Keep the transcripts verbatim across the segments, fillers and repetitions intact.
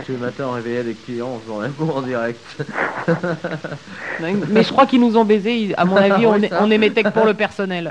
tous les matins on réveillait les clients en faisant l'amour en direct. Mais je crois qu'ils nous ont baisés. À mon avis, on, Oui, est- ça. on émettait que pour le personnel.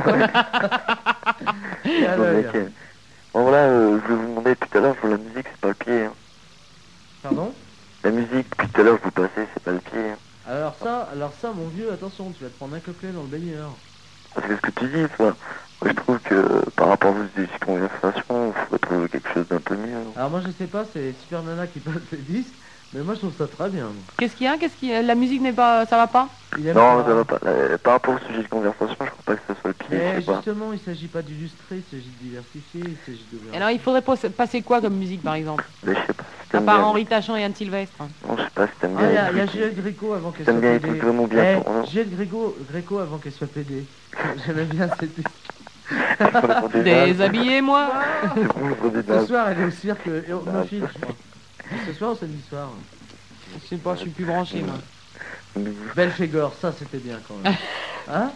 Et à Non, l'œil. mec, euh, bon voilà, euh, je vais vous demander tout à l'heure, pour la musique, c'est pas le pied. Hein. Pardon? La musique, depuis tout à l'heure, vous passez, c'est pas le pied. Hein. Alors ça, alors ça, mon vieux, attention, tu vas te prendre un coquelet dans le baigneur. Parce que ce que tu dis, toi, moi, je trouve que euh, par rapport à vos disques conversation, il faudrait trouver quelque chose d'un peu mieux. Hein. Alors moi je sais pas, c'est Super Nana qui passe les disques, mais moi je trouve ça très bien. Qu'est-ce qu'il y a Qu'est-ce qui La musique n'est pas, ça va pas? Il aime Non, pas. ça va pas. Là, par rapport au sujet de conversation, je crois pas que ce soit le pied, Mais je sais pas. justement, il s'agit pas d'illustrer, il s'agit de diversifier, il s'agit d'ouvrir. Alors il faudrait pos- passer quoi comme musique par exemple? Mais je sais pas si À t'aimes part bien. Henri Tachant et Anne Sylvestre. Non, je sais pas si t'aimes Ah, bien. il y a, les il y a trucs- Juliette Gréco avant qu'elle T'aimes soit bien les pédée. trucs vraiment bien Eh, pour non Juliette Gréco, Gréco avant qu'elle soit pédée. J'aimais bien cette pour des nazes. Déshabillez-moi. C'est bon pour des Ce nazes. soir, elle est au cirque Homophile, je crois. Ce soir ou samedi soir? Je sais pas, je suis plus branché moi. Belphégor, ça c'était bien quand même. Hein?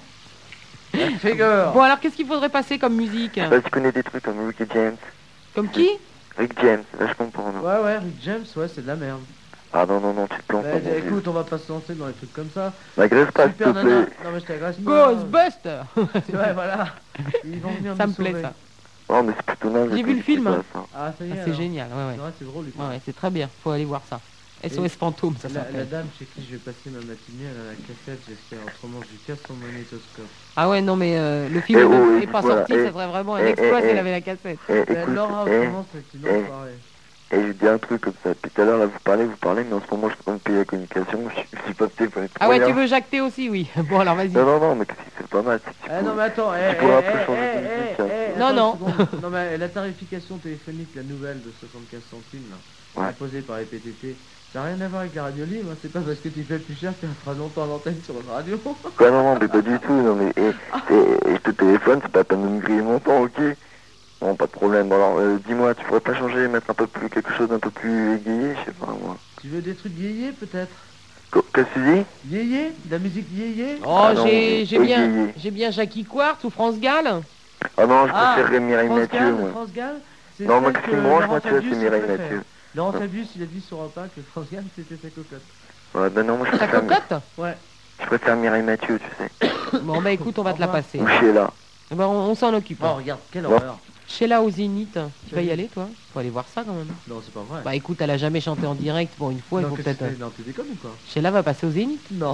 Belphégor. Bon alors qu'est-ce qu'il faudrait passer comme musique? Je sais pas si tu connais des trucs comme Ricky James. Comme qui? Rick James, vachement pour non. Ouais, ouais, Rick James, ouais, c'est de la merde. Ah non, non, non, tu te plantes. Bah, pas, mon vieux. écoute, on va pas se lancer dans les trucs comme ça. M'agresse pas, s'il Super te Nana. plaît. Non, mais je t'agresse pas. Ghostbuster. Ouais, voilà. Ils vont venir Ça nous me plaît sauver. ça. Non, mais c'est plutôt naze. J'ai que vu le tu film. passes, hein. Ah, ça y est. Ah, c'est alors. génial, ouais C'est ouais. vrai, c'est drôle. lui. Ouais, ouais, c'est très bien, faut aller voir ça. S O S Fantôme, ça La, la s'appelle. dame chez qui je vais passer ma matinée, elle a la cassette, j'espère. Autrement, je lui casse son magnétoscope. Ah ouais, non mais euh, le film Eh est, même- oh, est pas voilà, sorti, eh, ça serait vraiment un eh, exploit eh, si elle eh. avait la cassette. Eh, Mais écoute, Laura, eh, autrement, c'est une eh. enfoirée. Et je dis un truc comme ça. Depuis tout à l'heure, là, vous parlez, vous parlez, mais en ce moment, je suis en train de payer la communication. Je je suis pas payé pour les Ah ouais, tu premières. veux jacter aussi, oui. Bon alors vas-y. Non, non, non, mais qu'est-ce que c'est pas mal. si tu Eh non peux- mais attends, eh, Tu pourras eh, après eh, changer de eh, musique, eh, hein. eh, Non, attends non. une seconde. Non mais la tarification téléphonique, la nouvelle de soixante-quinze centimes, là, Ouais. imposée par les P T T, ça n'a rien à voir avec la radio libre, hein. C'est pas parce que tu fais plus cher que tu feras longtemps à l'antenne sur une radio. Ouais, non, non, mais pas du tout. Non, mais et, et, et je te téléphone, c'est pas la peine de me griller mon temps, ok? Bon, pas de problème. Bon, alors, euh, dis-moi, tu pourrais pas changer, mettre un peu plus, quelque chose d'un peu plus égayé, je sais pas, moi. Tu veux des trucs yéyés peut-être? Qu- Qu'est-ce que tu dis? Yéyé? De la musique yéyé? Oh, Ah non, j'ai j'ai bien, égayé. j'ai bien Jackie Quartz ou France Gall. Ah non, je Ah, préférerais Mireille France Mathieu, Gall, moi. France Gall, c'est Non, moi, celle ce que qui me branche, Laurent moi, tu vois, Fabius, c'est il Mireille préfère. Mathieu. Laurent Fabius, il a dit sur repas que France Gall, c'était sa cocotte. Ouais, ben non, moi, je Ta préfère, cocotte. Ouais. je préfère Mireille Mathieu, tu sais. Bon bah écoute, on va te la Au revoir. passer. Ou Sheila. Eh ben, on on s'en occupe. Oh, regarde, quelle Bon. horreur. Sheila au Zénith, tu vas y aller toi? Faut aller voir ça quand même. Non, c'est pas vrai. Bah écoute, elle a jamais chanté en direct pour une fois, il non, faut qu'est-ce peut-être... que c'est Non, tu déconnes ou quoi? Sheila va passer au Zénith, Non.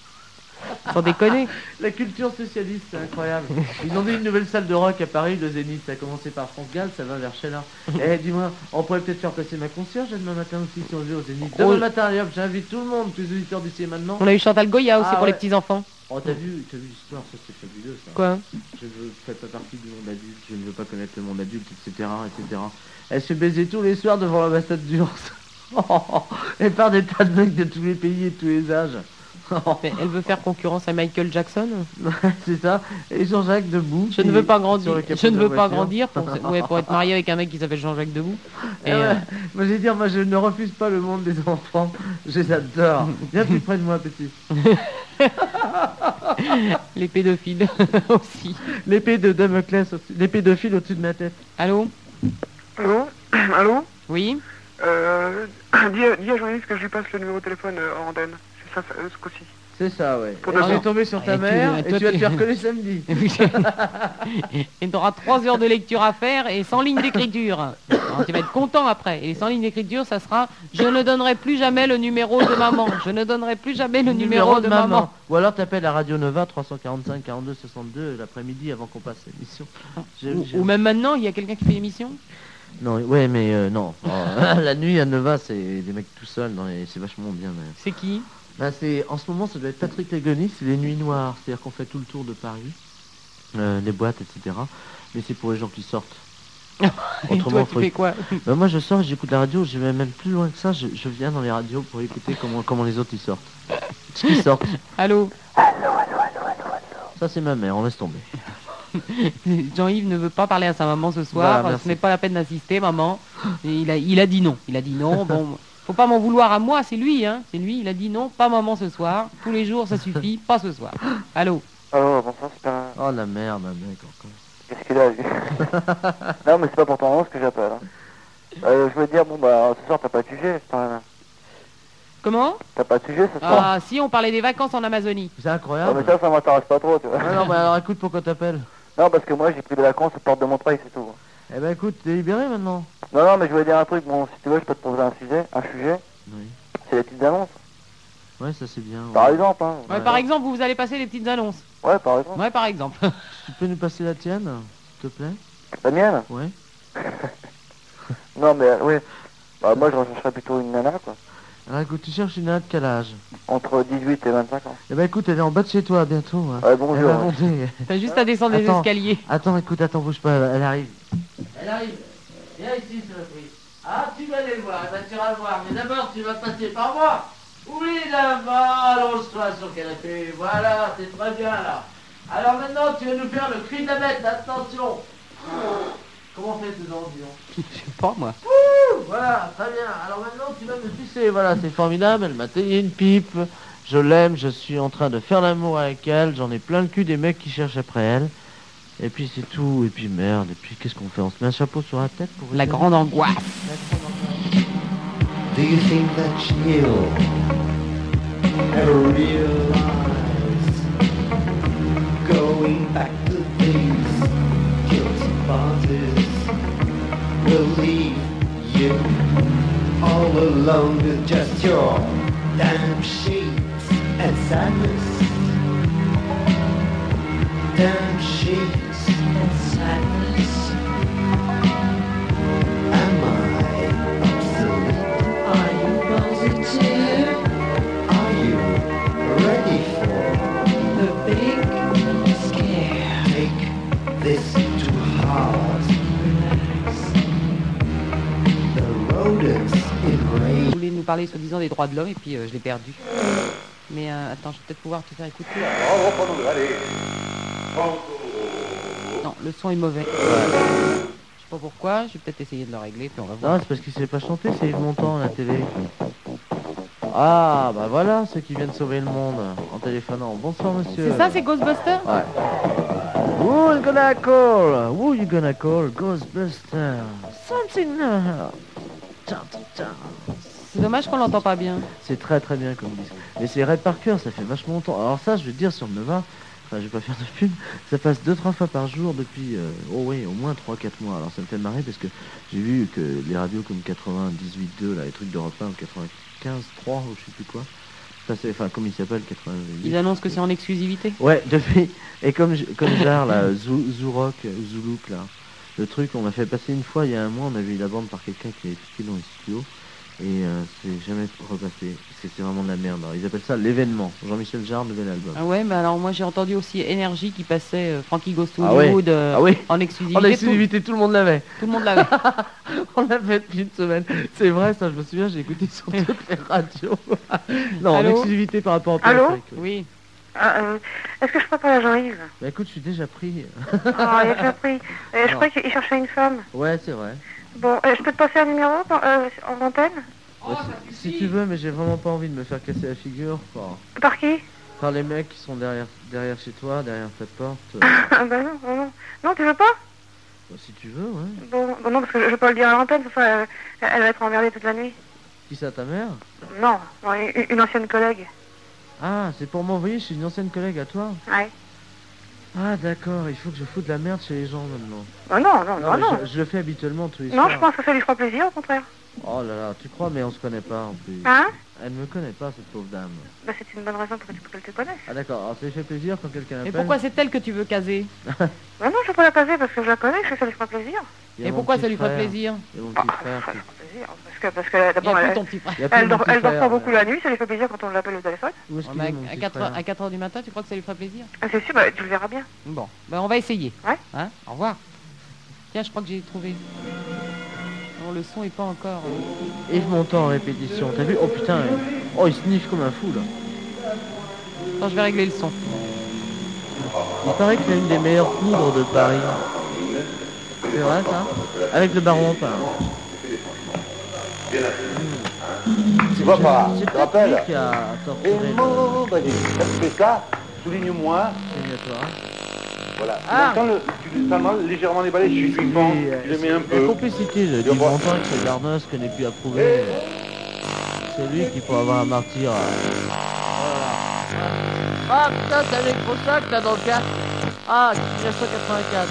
sans déconner. La culture socialiste, c'est incroyable. Ils ont mis une nouvelle salle de rock à Paris, le Zénith. Ça a commencé par France Gall, ça va vers Sheila. Eh, dis-moi, on pourrait peut-être faire passer ma concierge demain matin aussi si on veut au Zénith. Oh. Demain matin, allez hop, j'invite tout le monde, tous les auditeurs d'ici et maintenant. On a eu Chantal Goya aussi Ah, pour ouais. les petits-enfants. Oh, t'as vu, t'as vu l'histoire, ça c'est fabuleux ça. Quoi? Je ne fais pas partie du monde adulte, je ne veux pas connaître le monde adulte, et cetera, et cetera. Elle se baisait tous les soirs devant l'ambassade d'Urs. Et par des tas de mecs de tous les pays et de tous les âges. Mais elle veut faire concurrence à Michael Jackson. C'est ça. Et Jean-Jacques Debout. Je ne qui- veux pas sur grandir. le capot Je ne de la veux pas voiture. grandir pour, ouais, pour être marié avec un mec qui s'appelle Jean-Jacques Debout. Et, Ah ouais. euh, Moi je vais dire, moi je ne refuse pas le monde des enfants. Je les adore. Viens plus près de moi, petit. les pédophiles aussi. L'épée de Damoclès, au- les pédophiles au-dessus de ma tête. Allô? Allô Allô Oui? euh, dis, à- dis à journaliste que je lui passe le numéro de téléphone euh, en antenne. C'est ça, ça, euh, ce coup-ci. C'est ça, ouais. Pour Et de je vais bon. tomber sur ta Et tu- mère et toi, tu vas te tu- faire coller samedi. Et tu auras trois heures de lecture à faire et cent lignes d'écriture. Alors, tu vas être content après. Et les cent lignes d'écriture, ça sera « Je ne donnerai plus jamais le numéro de maman. Je ne donnerai plus jamais le numéro, de, maman. Ou alors t'appelles à Radio Nova trois cent quarante-cinq quarante-deux soixante-deux l'après-midi avant qu'on passe l'émission. J'ai- Ou, j'ai- ou même maintenant, il y a quelqu'un qui fait l'émission. Non, ouais, mais euh, non. Oh, la nuit à Nova, c'est des mecs tout seuls, dans les- c'est vachement bien. Mais... C'est qui? Bah, c'est, en ce moment, ça doit être Patrick Lagoni, c'est les nuits noires. C'est-à-dire qu'on fait tout le tour de Paris, euh, les boîtes, et cetera. Mais c'est pour les gens qui sortent. Et Autrement, toi, tu faut- fais quoi? Bah, moi, je sors, j'écoute la radio, je vais même plus loin que ça. Je, je viens dans les radios pour écouter comment, comment les autres ils sortent. Ce qu'ils sortent. Allô? Ça, c'est ma mère, on laisse tomber. Jean-Yves ne veut pas parler à sa maman ce soir. Voilà, merci. Ce n'est pas la peine d'assister, maman. Et il, a, il a dit non. Il a dit non. Bon, faut pas m'en vouloir à moi, c'est lui, hein. C'est lui, il a dit non, pas maman ce soir. Tous les jours, ça suffit, pas ce soir. Allô? Alors, bonsoir, c'est un... Oh la merde, un mec encore. Qu'est-ce qu'il a eu? Non, mais c'est pas pour ton annonce que j'appelle. Hein. Euh, je veux dire, bon, bah, ce soir, t'as pas de sujet. sujet ce soir. Ah, si, on parlait des vacances en Amazonie. C'est Non, incroyable. mais ça, ça m'intéresse pas trop, tu vois. Ah non, bah alors écoute, pourquoi t'appelles? Non, parce que moi, j'ai pris des vacances aux portes de Montreuil, c'est tout. Eh ben écoute, t'es libéré maintenant. Non, non, mais je voulais dire un truc. Bon, si tu veux, je peux te poser un sujet. Un sujet, Oui. c'est les petites annonces. Ouais, ça c'est bien. Par Ouais. exemple, hein. Ouais, Ouais. par exemple, vous, vous allez passer les petites annonces. Ouais, par exemple. Ouais, par exemple. Tu peux nous passer la tienne, s'il te plaît? La mienne? Ouais. Non, mais, euh, oui. Bah, moi, je rechercherais plutôt une nana, quoi. Alors écoute, tu cherches une nana de quel âge? Entre dix-huit et vingt-cinq ans. Eh ben écoute, elle est en bas de chez toi bientôt. Hein. Ouais, Elle bonjour. va ouais. monter. T'as juste à descendre les Attends. escaliers. Attends, écoute, attends, bouge pas, elle, elle arrive. Elle arrive. Viens ici, Sophie. Ah, tu vas aller voir, bah, tu vas voir. Mais d'abord, tu vas passer par moi. Oui, là-bas, allonge-toi sur le canapé. Voilà, c'est très bien, là. Alors maintenant, tu vas nous faire le cri de la bête, attention. Comment on fait dedans, dis donc? Je sais pas, moi. Ouh, voilà, très bien. Alors maintenant, tu vas me sucer. Voilà, c'est formidable. Elle m'a taillé une pipe. Je l'aime. Je suis en train de faire l'amour avec elle. J'en ai plein le cul des mecs qui cherchent après elle. Et puis c'est tout. Et puis merde. Et puis qu'est-ce qu'on fait? On se met un chapeau sur la tête pour La rigoler? grande angoisse. Do you think that you'll ever realize going back to these guilty parties will leave you all alone with just your damn sheets and sadness? Damn sheets and sadness. Am I obsolete? Are you positive? Are you ready for the big scare? Take this to heart. Relax. The rodents in Vous rage. voulez nous parler soi-disant des droits de l'homme et puis euh, je l'ai perdu. Mais euh, attends, je vais peut-être pouvoir te faire écouter. Non, le son est mauvais. Je sais pas pourquoi, je vais peut-être essayer de le régler puis on va voir. Non, c'est parce qu'il sait pas chanter, c'est Yves Montand à la télé. Ah, bah voilà ceux qui viennent sauver le monde en téléphonant. Bonsoir monsieur. C'est ça, c'est Ghostbusters? Ouais. Who you gonna call? Who you gonna call? Ghostbusters. Something now. Tiens, tiens. C'est dommage qu'on l'entend pas bien. C'est très très bien comme disque. Mais c'est Red Parker, ça fait vachement longtemps. Alors ça, je vais te dire sur Nova, enfin je vais pas faire de pub, ça passe deux trois fois par jour depuis, euh, oh oui, au moins trois quatre mois. Alors ça me fait marrer parce que j'ai vu que les radios comme quatre-vingt-dix-huit deux, là, les trucs d'Europe un, ou quatre-vingt-quinze trois, ou je sais plus quoi, passait, enfin comme il s'appelle, quatre-vingt-huit. Ils annoncent que c'est en exclusivité. Ouais, depuis, et comme, je- comme genre là, Zou- Zourok, ou Zoulouk là, le truc, on m'a fait passer une fois il y a un mois, on a vu la bande par quelqu'un qui avait piqué dans les studios. Et euh, c'est jamais repassé. C'est c'est vraiment de la merde. Alors, ils appellent ça l'événement. Jean-Michel Jarre, nouvel album. Ah ouais, mais alors moi j'ai entendu aussi Énergie qui passait euh, Frankie Goes to Ah ouais. Hollywood euh, Ah oui. en exclusivité. En exclusivité, tout le monde l'avait. Tout, tout le monde l'avait. On l'a fait depuis une semaine. C'est vrai, ça, je me souviens, j'ai écouté sur toutes les radios. Non, en Allô exclusivité par rapport au Allô périphérique, oui. Oui. Ah, euh, Est-ce que je peux parler à Jean-Yves? Bah écoute, je suis déjà pris. Ah, il a déjà pris. Euh, je Alors. croyais qu'il cherchait une femme. Ouais, c'est vrai. Bon, euh, je peux te passer un numéro par- euh, en antenne? Ouais, si, si tu veux, mais j'ai vraiment pas envie de me faire casser la figure par, Par qui? par les mecs qui sont derrière, derrière chez toi, derrière ta porte. Euh, Ah bah non, non, non. Non, tu veux pas? bah, si tu veux, ouais. Bon, bon, non, parce que je vais pas le dire à l'antenne, enfin, euh, elle va être emmerdée toute la nuit. Qui ça, ta mère? Non, non, une, une ancienne collègue. Ah, c'est pour m'envoyer chez une ancienne collègue à toi? Ouais. Ah d'accord, il faut que je foute de la merde chez les gens maintenant. Bah non, non, Non, non, mais non. Je, je le fais habituellement tous les Non, soirs. je pense que ça lui fera plaisir, au contraire. Oh là là, tu crois, mais on se connaît pas en plus. Hein? Elle ne me connaît pas, cette pauvre dame. Bah c'est une bonne raison pour que tu- pour qu'elle te connaisse. Ah d'accord, alors ça lui fait plaisir quand quelqu'un Et appelle. pourquoi c'est elle que tu veux caser? Bah non, je vais pas la caser parce que je la connais, je sais que ça lui fera plaisir. Il y a Et mon pourquoi petit ça lui ferait frère. plaisir? Il y a mon Ah, petit ça frère. lui fera qui- plaisir. Parce que, parce que Il n'y d'abord, a plus elle, ton petit frère. Il y a plus elle, mon dort, petit elle dort frère, pas beaucoup ouais. la nuit, ça lui fait plaisir quand on l'appelle au téléphone. Où est-ce Ouais, qu'il mais est, mon à petit quatre frère à quatre heures du matin, tu crois que ça lui ferait plaisir? Ah, c'est sûr, bah, tu le verras bien. Bon, ben on va essayer. Ouais. Hein? Au revoir. Tiens, je crois que j'ai trouvé. Non, le son est pas encore. euh, Yves Montand en répétition, t'as vu? Oh putain, il- oh il sniffe comme un fou là. Attends, je vais régler le son. Il paraît qu'il a une des meilleures poudres de Paris. C'est vrai ça? Avec le baron en pain. Tu vois pas, C'est tu te peut-être rappelles lui qui a torturé Et le mon, vas-y, quand tu fais ça, souligne-moi, séminatoire. voilà. Ah. Tu entends le, tu le sens légèrement déballé, je suis vivant, tu le mets un La peu. complicité de Et on Yves voit- Montand avec ce Darnos qu'on n'est plus approuvé. c'est lui qui pourrait avoir un martyr. Voilà. Ah putain, c'est un électrochoc là dans le casque. Ah, mille neuf cent quatre-vingt-quatre.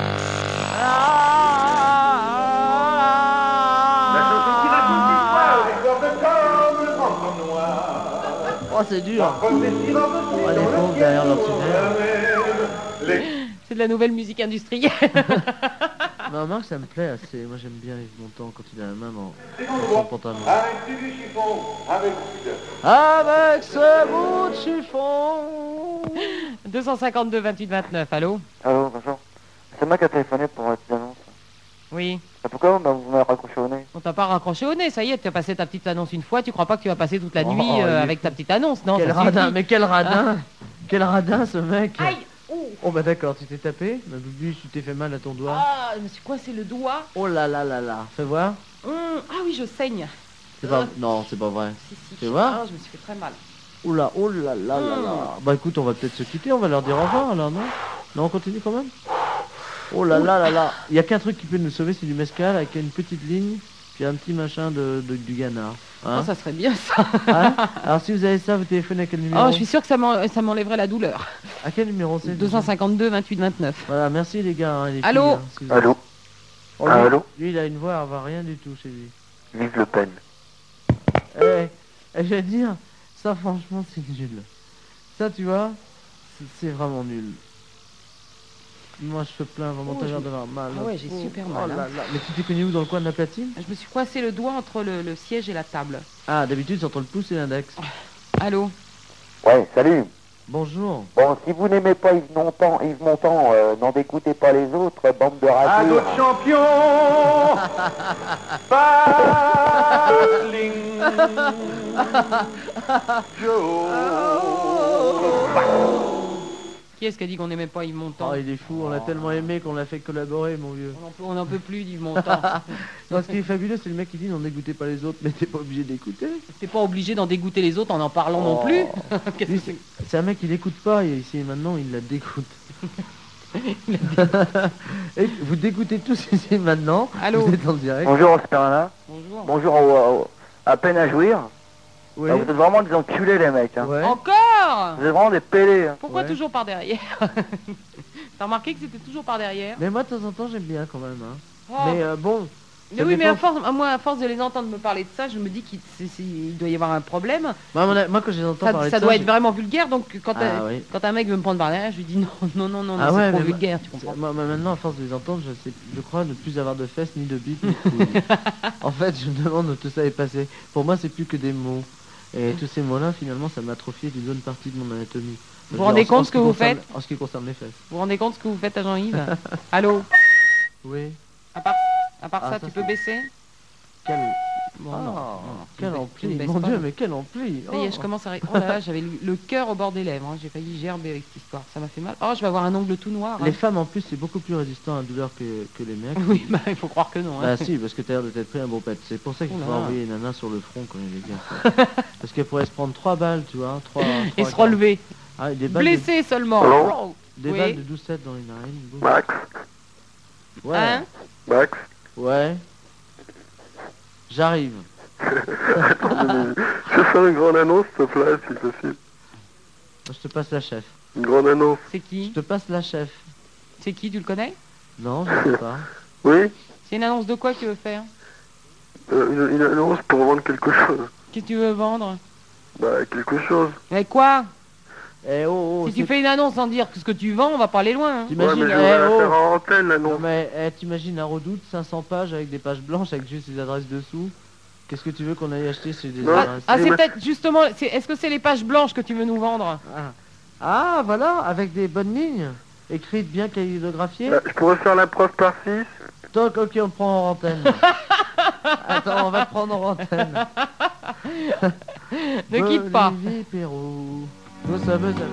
Oh, c'est dur. Oh, les pauvres derrière leur tunnel. C'est de la nouvelle musique industrielle. Mais remarque, ça me plaît assez. Moi, j'aime bien Yves Montand quand il a la main dans, dans son pantalon. Avec du chiffon, avec Avec ce bout de chiffon. deux cent cinquante-deux vingt-huit vingt-neuf, allô? Allô, bonjour. C'est moi qui a téléphoné pour la petite annonce. Oui. Et pourquoi bah, vous m'avez raccroché au nez? On t'a pas raccroché au nez, ça y est, tu as passé ta petite annonce une fois, tu crois pas que tu vas passer toute la Oh, nuit il euh, est avec fou. ta petite annonce, non? Quel ça radin, suffit. mais quel radin. Quel radin, ce mec. Aïe! Oh, Oh, bah d'accord, tu t'es tapé. Bah, Bubu, tu t'es fait mal à ton doigt. ah, je me suis coincé le doigt. Oh là là là là. Fais voir. Hum, ah oui, je saigne. C'est pas... Euh. Non, c'est pas vrai. Si, si. Tu vois? Ah, je me suis fait très mal. Oh là, oh là là là là. Hmm. Bah écoute, on va peut-être se quitter, on va leur dire au revoir alors, non? Non, on continue quand même? Oh là là là là. Il y a qu'un truc qui peut nous sauver, c'est du mescal avec une petite ligne, puis un petit machin de, de- du Ghana. Hein? Oh, ça serait bien ça. Hein? Alors si vous avez ça, vous téléphonez à quel numéro? Oh, je suis sûr que ça m'en- ça m'enlèverait la douleur. À quel numéro c'est? deux cent cinquante-deux vingt-huit vingt-neuf. Voilà, merci les gars. Hein, les filles, Allô? hein, si vous avez- Allô? Oh, lui, Allô? lui, il a une voix, elle va rien du tout chez lui. Vive Le Pen. Eh, eh, je vais te dire, ça franchement c'est nul. Ça tu vois, c'est- c'est vraiment nul. Moi je fais plein vraiment Oh, t'as je l'air me- d'avoir mal. Ah ouais, j'ai Oh, super oh mal, là hein. là. Mais tu t'es connu où, dans le coin de la platine? Je me suis coincé le doigt entre le, le siège et la table. Ah, d'habitude c'est entre le pouce et l'index. Allô? Ouais, salut. Bonjour. Bon, si vous n'aimez pas Yves Montand, Yves Montand euh, n'en dégoûtez pas les autres, bande de À ratures. notre champion, Battling Joe. Qui est-ce qui a dit qu'on n'aimait pas Yves Montand? Oh, il est fou, on l'a tellement aimé qu'on l'a fait collaborer, mon vieux. On en peut- On n'en peut plus d'Yves Montand. Non, ce qui est fabuleux, c'est le mec qui dit n'en dégoûtez pas les autres, mais t'es pas obligé d'écouter. T'es pas obligé d'en dégoûter les autres en en parlant non Oh. plus. Qu'est-ce Lui, que c'est c'est un mec qui l'écoute pas, et ici et maintenant il la dégoûte. Et vous dégoûtez tous ici et maintenant. Allô? Vous êtes en direct. Bonjour, Sperlin. Bonjour. Bonjour, au- au- à peine à jouir. Oui. Ah, vous êtes vraiment des enculés, les mecs. Hein. Ouais. Encore? Vous êtes vraiment des pélés. Hein. Pourquoi Ouais. toujours par derrière? T'as remarqué que c'était toujours par derrière? Mais moi de temps en temps j'aime bien quand même. Hein. Oh. Mais euh, bon. Mais ça oui, mais à dépend. force, à moi, à force de les entendre me parler de ça, je me dis qu'il c'est- c'est- il doit y avoir un problème. Moi, mon- moi, quand je les entends Ça, parler ça de doit ça, être vraiment vulgaire, donc quand, Ah, un, oui. quand un mec veut me prendre par derrière, je lui dis non, non, non, non, Ah non, ouais, c'est trop mais vulgaire, tu je- comprends. moi, moi, maintenant à force de les entendre, je, sais, je crois ne plus avoir de fesses ni de bite ni de couilles. En fait, je me demande où tout ça est passé. Pour moi, c'est plus que des mots. Et tous ces mots-là, finalement, ça m'a atrophié d'une bonne partie de mon anatomie. Vous vous rendez En- en compte ce ce que qui vous concerne- faites En ce qui concerne les fesses. Vous vous rendez compte ce que vous faites à Jean-Yves? Allô? Oui. À part, à part Ah, ça, ça, tu c'est- peux baisser? Quel, Bon, Ah, non, non, non, tu quel ne baisses- tu ampli. ne baisses Mon pas, Dieu, non. mais quel ampli. Ça y est, Oh. je commence à... ré- Oh là là, j'avais le, le cœur au bord des lèvres, hein. J'ai failli gerber avec cette histoire, ça m'a fait mal. Oh, je vais avoir un ongle tout noir. hein. Les femmes, en plus, c'est beaucoup plus résistant à la douleur que, que les mecs. Oui, bah il faut croire que non. hein. Bah si, parce que t'as l'air de t'être pris un bon pet. C'est pour ça qu'il Oh là faut là. envoyer une nana sur le front quand il est bien. Parce qu'elle pourrait se prendre trois balles, tu vois. Trois, Et trois, se relever. Ah, et des balles de, Blessé seulement. Allô Oh, des oui. balles de douze sept dans les narines. boum. Max, Ouais. Hein? Max. Ouais. J'arrive. Je vais faire une grande annonce, s'il te plaît, si possible. Je te passe la chef. Une grande annonce. C'est Je qui? te passe la chef. C'est qui, tu le connais? Non, je sais pas. Oui, C'est une annonce de quoi que tu veux faire? euh, une, une annonce pour vendre quelque chose. Qu'est-ce que tu veux vendre? Bah, quelque chose. Avec quoi? Eh oh, oh. Si tu c'est- fais une annonce sans dire ce que tu vends, on va pas aller loin. hein. Ouais, T'imagines, mais je eh, voudrais la oh. faire en antenne, Non l'annonce. mais eh, t'imagines un redoute, cinq cents pages avec des pages blanches avec juste les adresses dessous. Qu'est-ce que tu veux qu'on aille acheter chez des Non. adresses Ah, Et c'est ma- peut-être justement. c'est- Est-ce que c'est les pages blanches que tu veux nous vendre? Ah. Ah, voilà, avec des bonnes lignes, écrites bien calligraphiées. Bah, je pourrais faire la preuve par six. Donc, ok, on te prend en antenne. Attends, on va te prendre en antenne. Ne quitte pas. Olivier Perrault, nous sommes amis.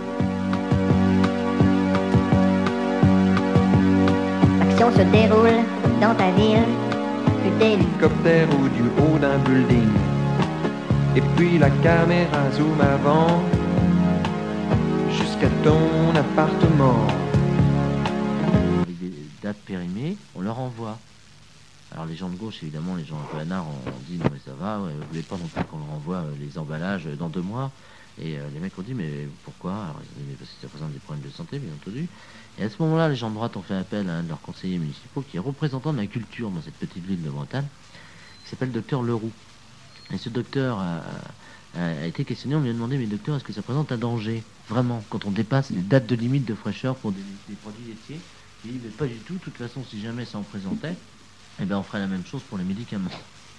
L'action se déroule dans ta ville. Tu t'es Hélicoptère ou du haut d'un building. Et puis la caméra zoom avant jusqu'à ton appartement. Avec des dates périmées, on leur envoie. Alors les gens de gauche, évidemment, les gens un peu anards, on dit non mais ça va, ouais, vous voulez pas non plus qu'on leur envoie euh, les emballages euh, dans deux mois. Et euh, les mecs ont dit mais pourquoi? Alors ils ont dit mais parce que ça présente des problèmes de santé, bien entendu. Et à ce moment-là, les gens de droite ont fait appel à un de leurs conseillers municipaux qui est représentant de la culture dans cette petite ville de Bretagne, qui s'appelle docteur Leroux. Et ce docteur a, a, a été questionné, on lui a demandé mais docteur, est-ce que ça présente un danger vraiment quand on dépasse les dates de limite de fraîcheur pour des, des produits laitiers? Il dit mais pas du tout, de toute façon si jamais ça en présentait, eh ben on ferait la même chose pour les médicaments.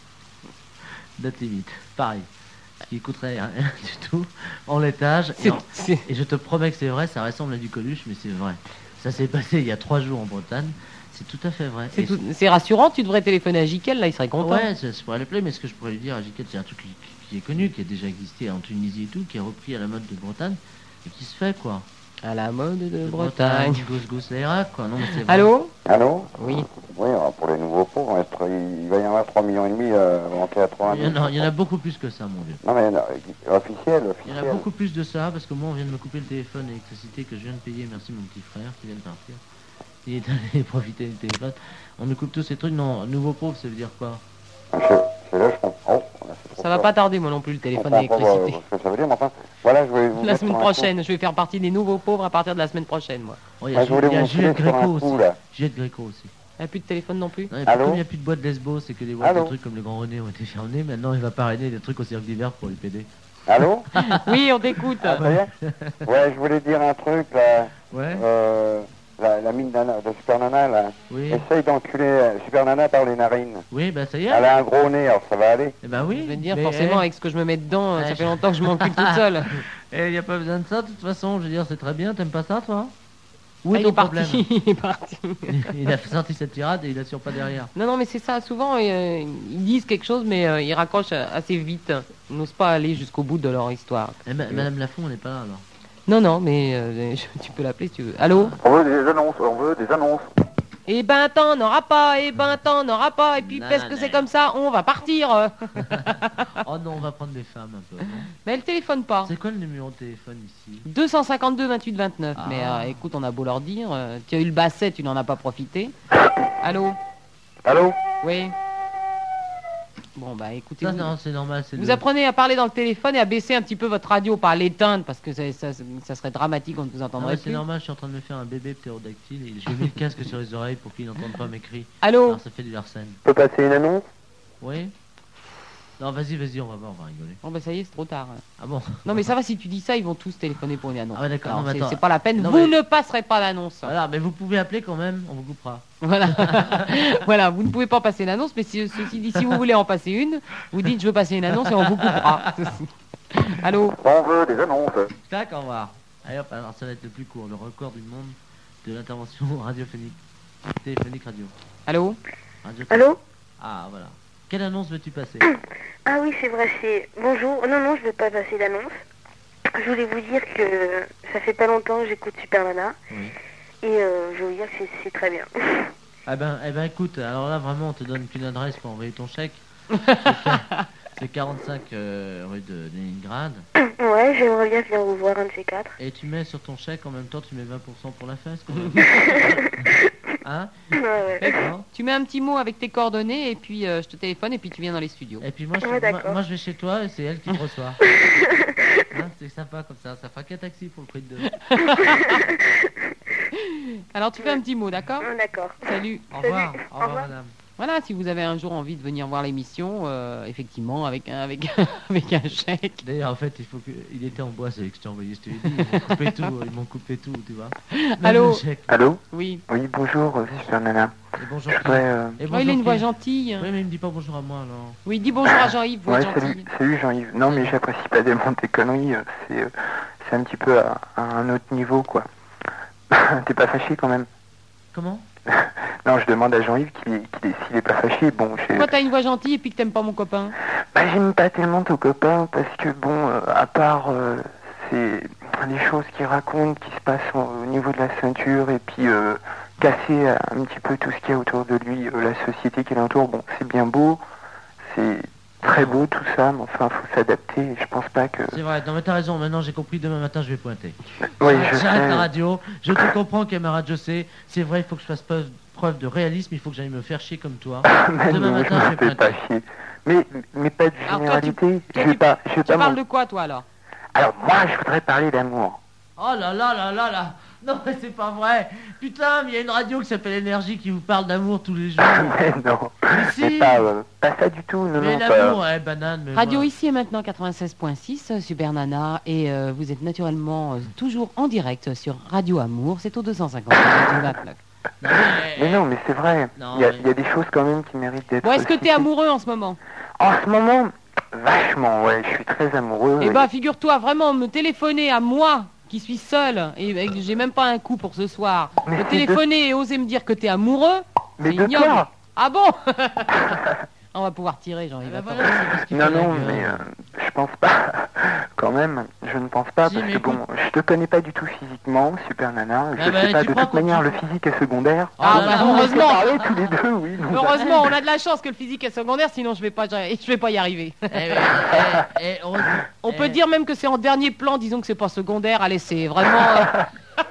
Date limite, pareil. Ce qui coûterait rien du tout en laitage. Et, en- et je te promets que c'est vrai, ça ressemble à du Coluche, mais c'est vrai. Ça s'est passé il y a trois jours en Bretagne. C'est tout à fait vrai. C'est Et tout- c'est rassurant, tu devrais téléphoner à Jiquel, là, il serait content. Ouais, ça, ça pourrait l'appeler, mais ce que je pourrais lui dire à Jiquel, c'est un truc qui, qui est connu, qui a déjà existé en Tunisie et tout, qui est repris à la mode de Bretagne, et qui se fait, quoi. À la mode de, De Bretagne. Gosse Gosse l'Irak, quoi. Non, mais c'est vrai. Allô? Allô? Oui. Oui, alors pour les nouveaux pauvres, on va être- il va y en avoir trois millions et demi euh, montés à trois Il y, en a, il y en a beaucoup plus que ça, mon Dieu. Non mais non, officiel, Il y en a officiel. beaucoup plus de ça, parce que moi, on vient de me couper le téléphone et l'électricité que je viens de payer. Merci, mon petit frère, qui vient de partir. Il est allé profiter du téléphone. On me coupe tous ces trucs. Non, nouveau pauvre, ça veut dire quoi? Je- C'est là, je comprends. Oh, là, c'est trop Ça va fort. pas tarder, moi non plus, le Je téléphone comprends pas, d'électricité. euh, ce que ça veut dire, mais enfin, voilà, je voulais vous La mettre semaine sur un coup. prochaine, je vais faire partie des nouveaux pauvres à partir de la semaine prochaine, moi. Oh, il y Ah, a, je voulais il y a vous Juliette filer sur un Gréco coup, aussi. là. Juliette Gréco aussi. Il n'y a plus de téléphone non plus? Non, et puis Allô comme il n'y a plus de boîte lesbo, c'est que les boîtes Allô de trucs comme le Grand René ont été fermées. Maintenant, il va parrainer des trucs au cirque d'hiver pour les P D. Allô? Oui, on t'écoute. Ah, ça y est Ouais, je voulais dire un truc, là. Ouais. Euh, la, la mine d'Anna- de Super Nana, là. Oui. Essaye d'enculer euh, Super Nana par les narines. Oui, bah ça y est. Elle a un gros nez, alors ça va aller. Eh ben oui. Je vais te dire, mais, forcément, eh, avec ce que je me mets dedans, eh, ça je- fait longtemps que je m'encule toute seule. Eh, il n'y a pas besoin de ça, de toute façon. Je veux dire, c'est très bien. T'aimes pas ça, toi? Où Ah, est il ton est problème? parti, il est parti. Il a sorti cette tirade et il assure pas derrière. Non, non, mais c'est ça, souvent, euh, ils disent quelque chose, mais euh, ils raccrochent euh, assez vite. Ils n'osent pas aller jusqu'au bout de leur histoire. Eh ben, Madame Lafont, elle n'est pas là, alors. Non, non, mais euh, je- tu peux l'appeler si tu veux. Allô? On veut des annonces, on veut des annonces. Eh ben, t'en n'auras pas, eh ben, t'en n'auras pas, et puis, Non, parce non, que non. c'est comme ça, on va partir. Oh non, on va prendre des femmes un peu. non Mais elle téléphone pas. C'est quoi le numéro de téléphone ici? deux cent cinquante-deux vingt-huit vingt-neuf. Ah. Mais euh, écoute, on a beau leur dire, euh, tu as eu le basset, tu n'en as pas profité. Allô? Allô? Oui. Bon, bah écoutez, Ça, vous, non, c'est normal. C'est vous le- apprenez à parler dans le téléphone et à baisser un petit peu votre radio, pas à l'éteindre, parce que ça, ça- ça serait dramatique, on ne vous Ah entendrait ouais, c'est plus. normal, je suis en train de me faire un bébé ptérodactyle et j'ai mis le casque sur les oreilles pour qu'il n'entende pas mes cris. Allô? Alors ça fait du Larsen. Je peux passer une annonce? Oui? Non, vas-y, vas-y, on va voir, on va rigoler. Bon, bah ça y est, c'est trop tard. Ah bon? Non, mais ça va, si tu dis ça, ils vont tous téléphoner pour une annonce. Ah ouais, d'accord, Alors, non, mais c'est attends. c'est pas la peine, Non, vous mais- ne passerez pas l'annonce. Voilà, mais vous pouvez appeler quand même, on vous coupera. Voilà. Voilà, vous ne pouvez pas passer l'annonce, mais si, ceci dit, si vous voulez en passer une, vous dites je veux passer une annonce et on vous coupera. Allô? On veut des annonces. Tac, au revoir. Allez hop, alors ça va être le plus court, le record du monde de l'intervention radiophonique. Téléphonique radio. Allô? radio Allô? Ah, voilà. Quelle annonce veux-tu passer? Ah oui, c'est vrai, c'est... Bonjour. Non, non, je ne vais pas passer d'annonce. Je voulais vous dire que ça fait pas longtemps que j'écoute Super Nana. Oui. Et euh, je veux vous dire que c'est- c'est très bien. Ah ben, eh ben écoute, alors là vraiment on te donne qu'une adresse pour envoyer ton chèque. C'est quar- C'est quarante-cinq euh, rue de Leningrad. Ouais, j'aimerais bien venir vous voir un de ces quatre. Et tu mets sur ton chèque en même temps, tu mets vingt pour cent pour la fesse quand même. Hein? Ouais, ouais. D'accord. Tu mets un petit mot avec tes coordonnées et puis euh, je te téléphone et puis tu viens dans les studios. Et puis moi je, Ouais, moi, d'accord. moi, je vais chez toi et c'est elle qui te reçoit. Hein, c'est sympa comme ça, ça fera qu'un taxi pour le prix de deux. Alors tu fais un petit mot, d'accord? Ah, d'accord. Salut. Au revoir, Salut. au Au revoir revoir. madame. Voilà, si vous avez un jour envie de venir voir l'émission, euh, effectivement, avec un, avec, un- avec un chèque. D'ailleurs en fait il faut que il était en bois celui que je t'ai envoyé, je te l'ai dit, ils m'ont coupé tout, ils m'ont coupé tout, tu vois. Même Allô? le chèque. Allô? Oui. Oui, bonjour, euh, Super Nana. Et bonjour. Je voudrais... euh, Et Oh, bonjour il a une voix qui gentille. Oui mais il me dit pas bonjour à moi alors. Oui, dis bonjour à Jean-Yves, voix Ouais, gentille. salut, salut Jean-Yves. Non, mais j'apprécie pas tellement tes conneries. euh, C'est euh, c'est un petit peu à, à un autre niveau, quoi. T'es pas fâché quand même? Comment? Non, je demande à Jean-Yves qu'il est- qu'il est- s'il est pas fâché. Bon, je... Pourquoi t'as une voix gentille et puis que t'aimes pas mon copain? Bah, j'aime pas tellement ton copain parce que, bon, euh, à part euh, c'est les choses qu'il raconte qui se passent au, au niveau de la ceinture et puis euh, casser euh, un petit peu tout ce qu'il y a autour de lui, euh, la société qui l'entoure, bon, c'est bien beau, c'est très beau tout ça, mais enfin, faut s'adapter et je pense pas que... C'est vrai, non mais t'as raison, maintenant j'ai compris, demain matin je vais pointer. Oui, J'arrête je j'arrête sais. la radio, je te comprends que ma radio c'est, c'est vrai, il faut que je fasse preuve, preuve de réalisme, il faut que j'aille me faire chier comme toi. Mais Demain non, matin, je je me vais fais pas printer. chier. Mais, mais pas de Alors, toi, tu- généralité. toi, je vais tu- pas, je vais Tu pas parles m'en- de quoi, toi, alors? Alors, moi, je voudrais parler d'amour. Oh là là là là là. Non mais c'est pas vrai. Putain, mais il y a une radio qui s'appelle Énergie qui vous parle d'amour tous les jours. Mais non, Mais si. mais pas, euh, pas ça du tout. Non, Mais non, l'amour, pas... ouais, banane. Mais Radio voilà. ici et maintenant quatre-vingt-seize point six, Super Nana, et euh, vous êtes naturellement euh, toujours en direct sur Radio Amour, c'est au deux cent cinquante. Radio La Plaque. Non, mais, Mais non, mais c'est vrai. Non, Il y, a- mais- il y a des choses quand même qui méritent d'être... Bon, est-ce que t'es citées. amoureux en ce moment? En ce moment, vachement, ouais, je suis très amoureux. Eh et- ben, figure-toi, vraiment, me téléphoner à moi, qui suis seule, et, et que j'ai même pas un coup pour ce soir, Mais me c'est de- téléphoner et oser me dire que t'es amoureux, Mais c'est de ignoble. toi. Ah bon? On va pouvoir tirer, j'en ai Ah bah pas. voilà, c'est parce qu'il Non, fait la non, gueule. mais euh, je pense pas. Quand même, je ne pense pas, Si, parce mais que bon, je te connais pas du tout physiquement, Super Nana. Je Ah bah, sais pas, tu de crois toute qu'on- manière, tu- le physique est secondaire. Ah, Ah, bah, non, On heureusement. peut parler tous les deux, oui. donc- Heureusement, on a de la chance que le physique est secondaire, sinon je vais pas, je vais pas y arriver. Eh, eh, eh, eh, heureusement- On eh, peut dire même que c'est en dernier plan, disons que c'est pas secondaire. Allez, c'est vraiment. euh,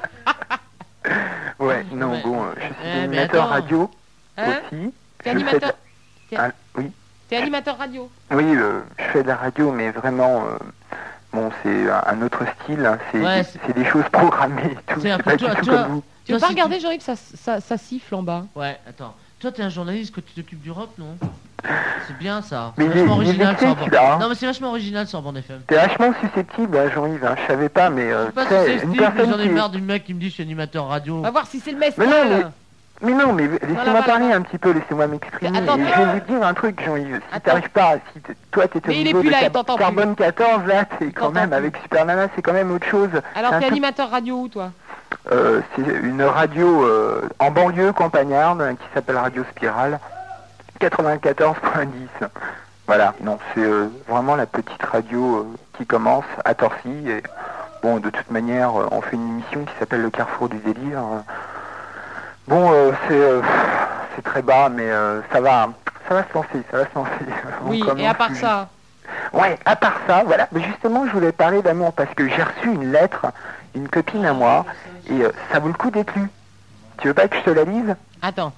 Ouais, non, Mais- bon, euh, je suis Eh, mais animateur attends. radio Hein aussi. T'es Je animateur. fais de- Ah, oui, T'es animateur radio. oui, euh, je fais de la radio, mais vraiment, euh, bon, c'est un- un autre style, hein, c'est Ouais, des- c'est- c'est des choses programmées et tout, Tiens, c'est pour pas toi- du tout toi- comme vous. Tu veux Toi, pas si regarder, Jean-Yves, ça, ça, ça siffle en bas. Ouais, attends. Toi, t'es un journaliste que tu t'occupes du rock, non? C'est bien ça. Mais C'est il est- vachement il est original vexé, sur Bande. celui-là, hein. Non, mais c'est vachement original sur Bande F M. T'es vachement susceptible, hein, Jean-Yves, hein, je savais pas, mais euh, Je sais pas tu si sais, c'est une Steve, mais personne j'en ai qui est- marre du mec qui me dit je suis animateur radio. On va voir si c'est le Mais Mestral. non, mais, mais non, mais laissez-moi là-bas, parler là-bas. un petit peu, laissez-moi m'exprimer. Attends, Et attends. je vais vous dire un truc, Jean-Yves. Si Attends. t'arrives pas, si t- toi t'es au Mais il est niveau plus de là, il Car- t'entend plus. Carbone quatorze, là, t'es quand t'entend même plus. avec Super Nana, c'est quand même autre chose. Alors, C'est un t'es tout- animateur radio où, toi? euh, c'est une radio euh, en banlieue campagnarde qui s'appelle Radio Spirale, quatre-vingt-quatorze point dix. Voilà, non, c'est euh, vraiment la petite radio euh, qui commence à Torcy. Et bon, de toute manière, euh, on fait une émission qui s'appelle Le Carrefour du délire. Bon, euh, c'est euh, c'est très bas, mais euh, ça va, ça va se lancer, ça va se lancer. On Oui, et commence à part tout ça. Ouais, à part ça, voilà. Mais justement, je voulais parler d'amour parce que j'ai reçu une lettre, une copine à moi, et euh, ça vaut le coup d'être lu. Tu veux pas que je te la lise? Attends,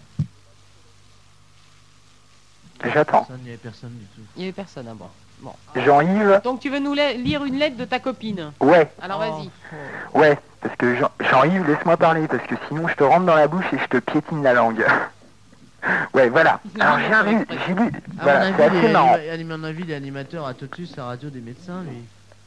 J'attends. Personne, il n'y avait personne du tout. il y avait personne à bord. Bon. Jean-Yves? Donc, tu veux nous la- lire une lettre de ta copine? Ouais, Alors, Oh, vas-y. oh. ouais. Parce que Jean- Jean-Yves, laisse-moi parler, parce que sinon je te rentre dans la bouche et je te piétine la langue. Ouais, voilà. Alors j'ai un lu, j'ai lu, À voilà, mon c'est avis, assez les- marrant. à mon avis, il est animateur à Totus, la radio des médecins, lui.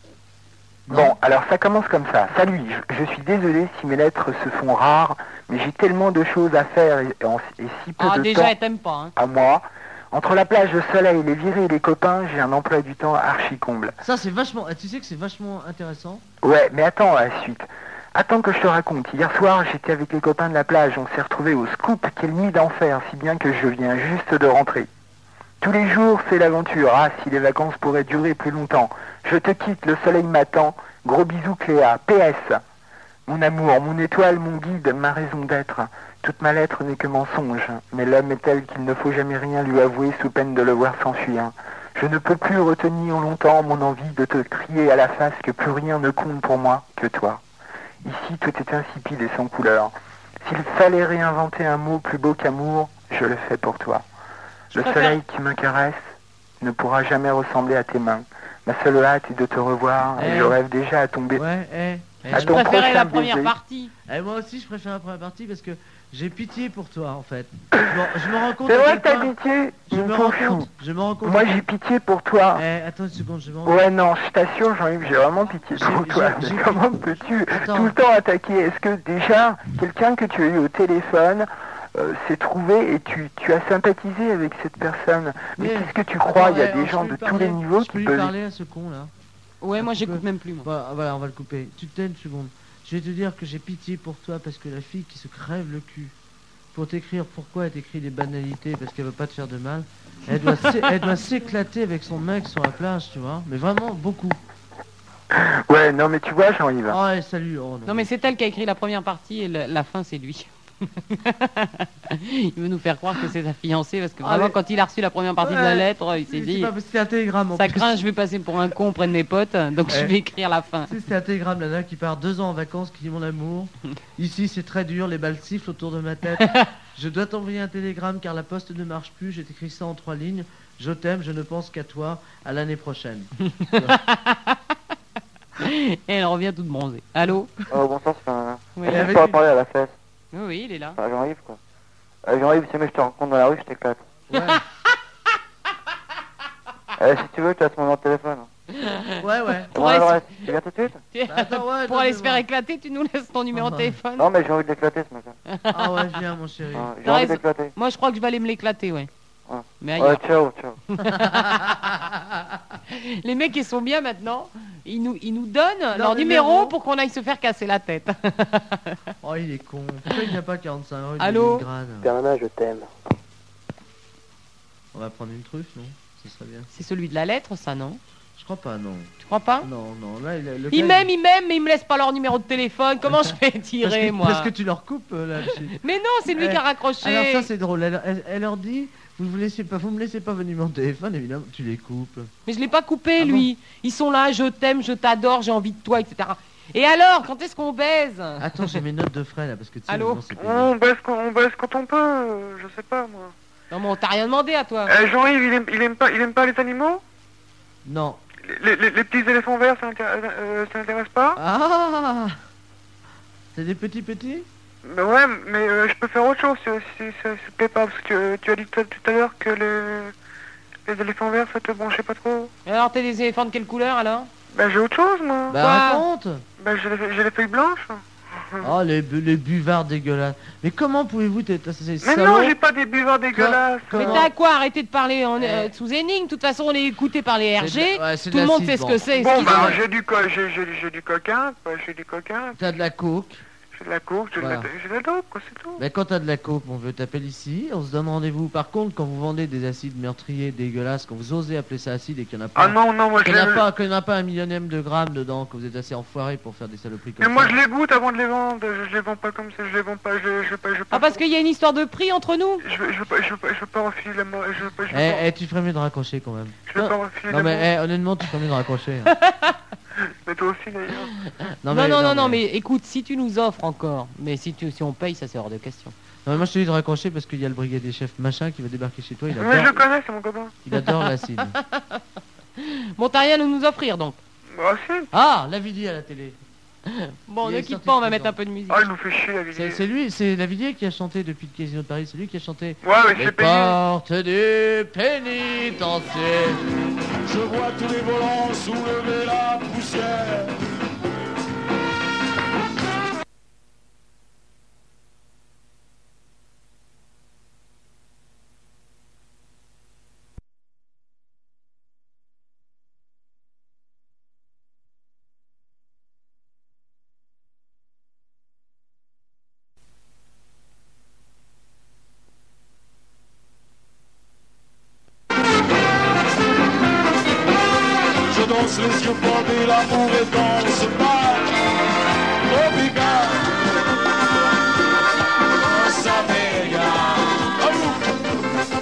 Bon, alors ça commence comme ça. Salut, je, je suis désolé si mes lettres se font rares, mais j'ai tellement de choses à faire et, en- et si peu Ah, de déjà, temps elle t'aime pas, hein. à moi. Entre la plage, le soleil, les virées et les copains, j'ai un emploi du temps archi comble. Ça, c'est vachement. Tu sais que c'est vachement intéressant. Ouais, mais attends la suite. Attends que je te raconte. Hier soir, j'étais avec les copains de la plage. On s'est retrouvés au scoop. Quelle nuit d'enfer, si bien que je viens juste de rentrer. Tous les jours, c'est l'aventure. Ah, si les vacances pourraient durer plus longtemps. Je te quitte, le soleil m'attend. Gros bisous, Cléa. P S. Mon amour, mon étoile, mon guide, ma raison d'être. Toute ma lettre n'est que mensonge. Mais l'homme est tel qu'il ne faut jamais rien lui avouer sous peine de le voir s'enfuir. Je ne peux plus retenir longtemps mon envie de te crier à la face que plus rien ne compte pour moi que toi. Ici, tout est insipide et sans couleur. S'il fallait réinventer un mot plus beau qu'amour, je le fais pour toi. Le préfère- soleil qui me caresse ne pourra jamais ressembler à tes mains. Ma seule hâte est de te revoir et Eh. je rêve déjà à tomber. Ouais, eh. eh, À Je ton préférais prochain la première baiser. partie. Eh, moi aussi, je préfère la première partie parce que j'ai pitié pour toi, en fait. Je me, je me rends compte. C'est à vrai quel que t'as point- pitié, Je il me me rends fout. compte. Je me rends compte. Moi j'ai pitié pour toi. Eh, attends une seconde, je me rends compte. Ouais non, je t'assure Jean-Yves, j'ai vraiment pitié J'ai- pour toi. j'ai- Mais j'ai- comment peux-tu Attends. tout le temps attaquer? Est-ce que déjà, quelqu'un que tu as eu au téléphone euh, s'est trouvé et tu, tu as sympathisé avec cette personne? Mais Mais- qu'est-ce que tu crois? Il y a Attends, eh, des je gens peux de lui tous parler les niveaux Je peux qui lui peuvent... parler à ce con là. Ouais, moi, Tu j'écoute peux- même plus, moi. Voilà, voilà, on va le couper. Tu te tais une seconde. Je vais te dire que j'ai pitié pour toi parce que la fille qui se crève le cul pour t'écrire pourquoi elle t'écrit des banalités parce qu'elle veut pas te faire de mal, elle doit s'é- elle doit s'éclater avec son mec sur la plage, tu vois. Mais vraiment beaucoup. Ouais, non mais tu vois Jean-Yves. Oh, ouais, salut. Oh, non. Non, mais c'est elle qui a écrit la première partie et le- la fin, c'est lui. Il veut nous faire croire que c'est sa fiancée parce que Ah, vraiment, mais- quand il a reçu la première partie de la Ouais. lettre, il s'est C'est dit pas- C'était un télégramme en ça plus. craint, je vais passer pour un con auprès de mes potes, donc je Ouais. vais écrire la fin. Tu sais, c'est un télégramme, nana, qui part deux ans en vacances, qui dit mon amour. Ici, c'est très dur, les balles sifflent autour de ma tête. Je dois t'envoyer un télégramme car la poste ne marche plus. J'ai écrit ça en trois lignes. Je t'aime, je ne pense qu'à toi. À l'année prochaine. Et elle revient toute bronzée. Allô? Oh, bonsoir, c'est un... Oui. Je peux parler à la fesse. Oui, oui, il est là. Enfin, Jean-Yves, quoi. Euh, Jean-Yves, si jamais je te rencontre dans la rue, je t'éclate. Ouais. euh, si tu veux, tu as mon numéro de téléphone. Ouais, ouais. Mon adresse, tu viens tout de suite? Tu- Bah, attends, ouais, Pour aller se attends, faire éclater, tu nous laisses ton numéro de Ah. téléphone. Non, mais j'ai envie de l'éclater, ce matin. Ah ouais, viens, mon chéri. Ah, j'ai T'as envie raison. d'éclater. Moi, je crois que je vais aller me l'éclater, ouais. Ouais. Mais Ouais, ailleurs. ciao, ciao. Les mecs, ils sont bien maintenant. Ils nous, ils nous donnent leur mais numéro numéro. pour qu'on aille se faire casser la tête. Oh, il est con. Pourquoi il n'y a pas quarante-cinq euros de Allô? Leningrad? Père Nana, je t'aime. On va prendre une truffe, non? Ce serait bien. C'est celui de la lettre, ça, non? Je crois pas, non. Tu crois pas? Non, non, là, il, le Ils gars, m'aiment, ils m'aiment, mais ils me laissent pas leur numéro de téléphone. Comment je fais tirer, parce que, moi? Parce que tu leur coupes euh, là-dessus. Mais non, c'est lui Eh, qui a raccroché. Alors ça, c'est drôle. Elle, elle- elle leur dit, vous vous laissez pas, vous me laissez pas vos numéros de téléphone, évidemment, tu les coupes. Mais je l'ai pas coupé, Ah lui. Ils sont là, je t'aime, je t'adore, j'ai envie de toi, et cetera. Et alors, quand est-ce qu'on baise? Attends, j'ai mes notes de frais là, parce que tu sais, Allô? maintenant, c'est payé. On baisse quand on baisse quand on peut, euh, je sais pas moi. Non, mais on t'a rien demandé à toi. Euh, Jean-Yves, il aime, il aime pas, il aime pas les animaux? Non. Les, les- les petits éléphants verts, ça n'intéresse euh, ça n'intéresse pas? Ah, c'est des petits petits? Mais ouais, mais euh, je peux faire autre chose si, si ça se plaît pas, parce que tu, tu as dit tout, tout à l'heure que les, les éléphants verts, ça te branchait pas trop. Et alors, t'es des éléphants de quelle couleur, alors? Bah j'ai autre chose, moi. Bah Quoi? raconte. Bah j'ai les, j'ai les feuilles blanches. Oh, les, bu- les buvards dégueulasses. Mais comment pouvez-vous t'être ces Mais salauds? non, j'ai pas des buvards dégueulasses. Mais Comment? t'as quoi? Arrêtez de parler en, Eh. euh, sous énigme. De toute façon, on est écouté par les R C'est G. de la- ouais, c'est de Tout le monde l'acide, sait ce bon. que c'est. Bon, ce qu'ils bah font. j'ai du, co j'ai, j'ai, j'ai du coquin, quoi, j'ai du coquin, T'as de la coke. j'ai de la coke, j'ai Voilà. de, la- j'ai de la dope, quoi, c'est tout. Mais quand t'as de la coke, on veut t'appeler ici, on se donne rendez-vous. Par contre, quand vous vendez des acides meurtriers dégueulasses, quand vous osez appeler ça acide et qu'il n'y en a pas, Ah non, non, moi je qu'il n'y en a les... pas, qu'il n'y en a pas un millionième de grammes dedans, que vous êtes assez enfoiré pour faire des saloperies comme Mais moi ça. je les goûte avant de les vendre, je, je les vends pas comme ça, je les vends pas, je, je, veux pas, je, veux pas, Ah, parce qu'il y a une histoire de prix entre nous? je, veux- je, veux pas, je, veux pas, je veux pas refiler la mo- je veux pas, je veux Eh, pas, eh, tu ferais mieux de raccrocher quand même. je veux Non, pas refiler non la mais mo- eh, honnêtement, tu ferais mieux de raccrocher. hein. mais toi aussi d'ailleurs. Non, non, non, non, mais écoute, si tu nous offres encore, mais si, tu, si on paye, ça c'est hors de question. Non, mais moi je te dis de raccrocher parce qu'il y a le brigadier chef machin qui va débarquer chez toi. Il Mais je le adore, connais, c'est mon copain. il adore l'acide. Bon, t'as rien à nous offrir donc. Bah si. Ah, Lavillier à la télé. Bon, Il ne est quitte sorti pas, on de va prison. mettre un peu de musique. Ah, il nous fait chier la C'est vidéo. c'est lui, c'est Lavillier qui a chanté depuis le Casino de Paris. C'est lui qui a chanté. Ouais, ouais, Les j'ai payé. portes du pénitencier. Je vois tous les volants soulever la poussière. Je danse les yeux bandés, l'amour est dans ce bal tropical. Ça m'égare.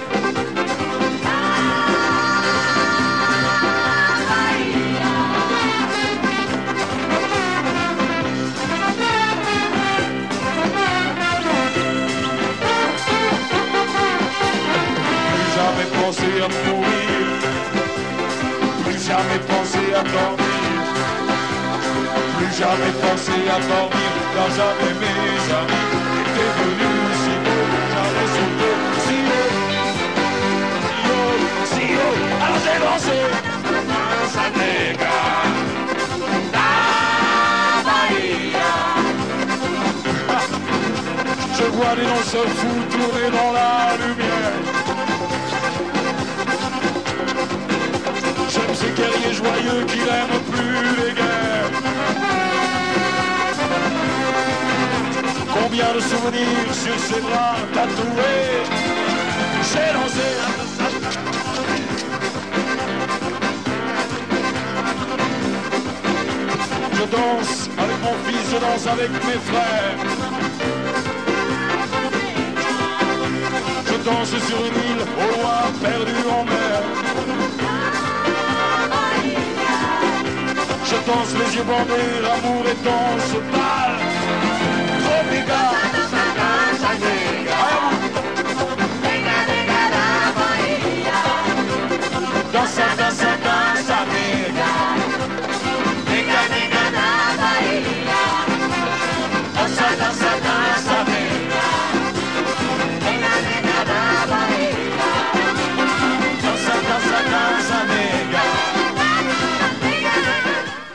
Plus jamais penser à mourir, plus jamais penser à dormir, plus jamais penser à dormir, car jamais mes amis étaient venus si haut, jamais sauté si haut, si haut, si haut, alors j'ai dansé, ça n'égale, la Bahia. Je vois les danseurs fous tourner dans la lumière. J'aime ces guerriers joyeux qui n'aiment plus les guerres. Combien de souvenirs sur ses bras tatoués. J'ai dansé. Je danse avec mon fils, je danse avec mes frères. Je danse sur une île au loin perdue en mer. Je danse les yeux bandés, l'amour est dans ce bal tropical.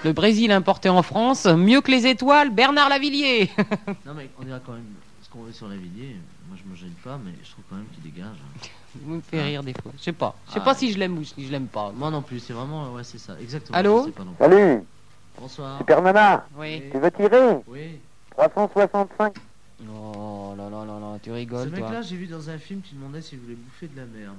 le Brésil importé en France, mieux que les étoiles, Bernard Lavillier. Non mais on dira quand même ce qu'on veut sur Lavillier. Moi je me gêne pas, mais je trouve quand même qu'il dégage. Vous me faites rire des fois. Je sais pas. Je sais Ah, pas si je l'aime ou si je l'aime pas. Moi non plus, c'est vraiment, ouais c'est ça, exactement. Allô je sais pas non plus. Salut, Bonsoir. Super Nana. Oui. Tu veux tirer? Oui. trois cent soixante-cinq. Oh là là là là, tu Ce rigoles toi. mec-là, j'ai vu dans un film qui demandait s'il voulait bouffer de la merde.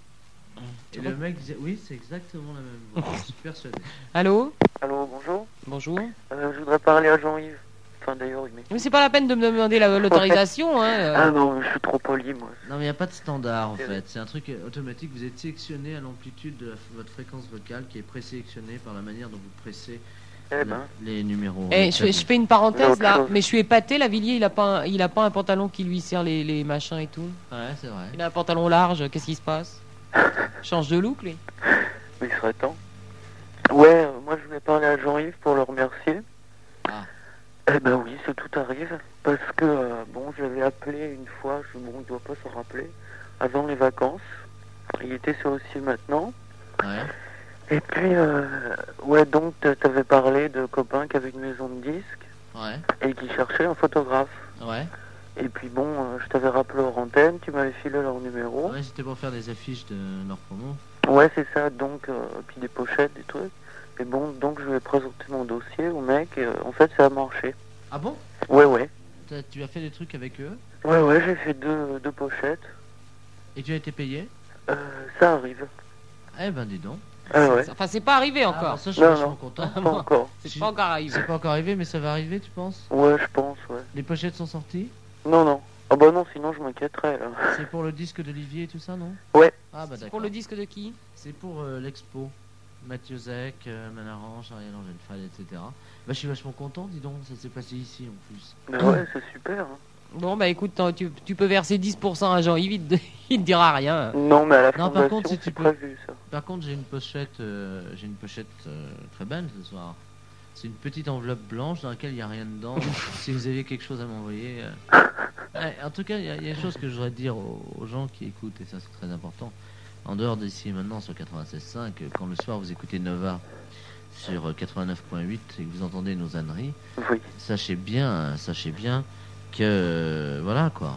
Tu Et vois le mec disait, oui, c'est exactement la même voix. Je suis persuadé. Allô? Allô, bonjour. Bonjour. Euh, je voudrais parler à Jean-Yves. Enfin, d'ailleurs, il m'écoute. Mais c'est pas la peine de me demander la- l'autorisation. Hein, euh. Ah non, je suis trop poli, moi. Non, mais il n'y a pas de standard en fait. C'est un truc euh, automatique. Vous êtes sélectionné à l'amplitude de la- votre fréquence vocale qui est présélectionnée par la manière dont vous pressez Eh le- ben. les numéros. Eh, je, fais- je fais une parenthèse Autre là, chose. mais je suis épaté. Lavillier, il a pas, un, il a pas un pantalon qui lui serre les, les machins et tout. Ouais, c'est vrai. Il a un pantalon large. Qu'est-ce qui se passe? Change de look, lui. Il serait temps. Ouais, euh, moi je voulais parler à Jean-Yves pour le remercier. Ah. Eh ben oui, c'est tout arrive. Parce que, euh, bon, j'avais appelé une fois, je, bon, il doit pas s'en rappeler, avant les vacances. Il était sur le site maintenant. Ouais. Et puis, euh, ouais, donc t'a- t'avais parlé de copains qui avaient une maison de disques Ouais. et qui cherchaient un photographe. Ouais. Et puis bon, euh, je t'avais rappelé hors antenne, tu m'avais filé leur numéro. Ouais, c'était pour faire des affiches de leur promo. Ouais, c'est ça, donc, euh, puis des pochettes, des trucs. Et bon, donc je vais présenter mon dossier au mec, et euh, en fait ça a marché. Ah bon? Ouais, ouais. T'as- Tu as fait des trucs avec eux Ouais, ouais, j'ai fait deux, deux pochettes. et tu as été payé? Euh, ça arrive. Eh ben dis donc. Ah ouais. Enfin, c'est pas arrivé encore. Ah, ça, je suis Non, vachement non. content. Pas encore. C'est pas encore arrivé. C'est pas encore arrivé, mais ça va arriver, tu penses? Ouais, je pense, ouais. Les pochettes sont sorties? Non, non. Ah bah non, sinon je m'inquiéterais, là. C'est pour le disque d'Olivier et tout ça, non? Ouais. Ah bah C'est d'accord. pour le disque de qui? C'est pour euh, l'expo. Mathieu Zek, euh, Manarange, Ariel Angelfal, et cetera. Bah je suis vachement content, dis donc, ça s'est passé ici en plus. Mais ouais, c'est super. Hein. Bon, bah écoute, t'en- tu, tu peux verser dix pour cent à Jean-Yves, il, te- il te dira rien. Non, mais à la Non, par fondation, contre, si c'est tu peux- prévu, ça. Par contre, j'ai une pochette, euh, j'ai une pochette euh, très belle ce soir. C'est une petite enveloppe blanche dans laquelle il n'y a rien dedans. Si vous avez quelque chose à m'envoyer. euh. Ouais, en tout cas, il y, a- il y a une chose que je voudrais dire aux, aux gens qui écoutent, et ça c'est très important. En dehors d'ici et maintenant sur quatre-vingt-seize virgule cinq, quand le soir vous écoutez Nova sur euh, quatre-vingt-neuf virgule huit et que vous entendez nos âneries, Oui. sachez bien, sachez bien que euh, voilà quoi.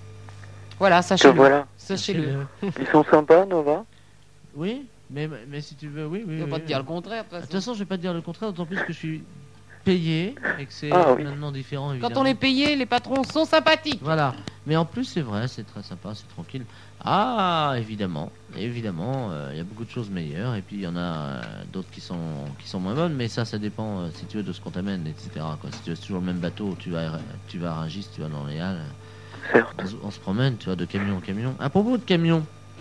Voilà, Que sachez-le. voilà. Sachez-le. Ils sont sympas, Nova? Oui, mais, mais si tu veux, oui, oui. Je vais oui, pas te oui. dire le contraire. de De toute toute façon. façon, je vais pas te dire le contraire, d'autant plus que je suis payé et que c'est Ah oui. maintenant différent évidemment. Quand on est payé, les patrons sont sympathiques. Voilà. Mais en plus, c'est vrai, c'est très sympa, c'est tranquille. Ah, évidemment, évidemment, euh, il y a beaucoup de choses meilleures et puis il y en a euh, d'autres qui sont qui sont moins bonnes. Mais ça, ça dépend euh, si tu veux de ce qu'on t'amène, et cetera. Quoi. Si tu veux toujours le même bateau, tu vas à- tu vas à Rungis, tu vas dans les Halles. Certes. On, se- on se promène, tu vois, de camion en camion. À propos de camion.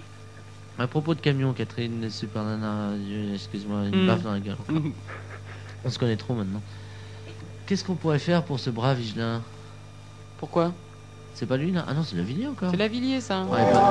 À propos de camion, Catherine, super nana, Dieu, excuse-moi, une Mm. baffe dans la gueule. encore. On se connaît trop maintenant. Qu'est-ce qu'on pourrait faire pour ce brave Higelin? Pourquoi? C'est pas lui là? Ah non, c'est Lavillier encore. C'est Lavillier, ça. hein. Ouais, bah-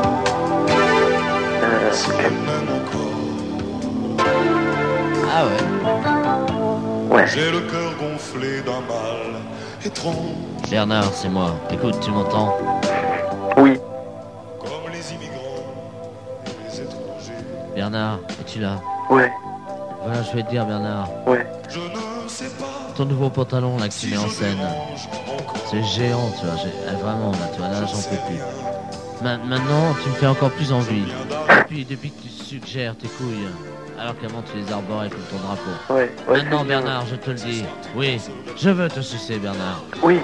Euh, Si elle m'aime encore, Ah ouais. ouais. j'ai le cœur gonflé d'un mal étrange, Bernard, c'est moi. Écoute, tu m'entends? Oui. comme les immigrants et les étrangers. Bernard, es-tu là? Ouais. Voilà, je vais te dire, Bernard. Ouais. Je ne sais pas Ton nouveau pantalon là que tu si mets je en scène, dérange encore. c'est géant, tu vois. j'ai- ah, vraiment, là, tu vois, là, j'en peux plus. Ma- maintenant, tu me fais encore plus envie. Depuis, depuis que tu suggères tes couilles, alors qu'avant tu les arborais comme ton drapeau. Ouais. Ouais, Maintenant, c'est bien. Bernard, je te le dis. Oui, je veux te sucer, Bernard. Oui.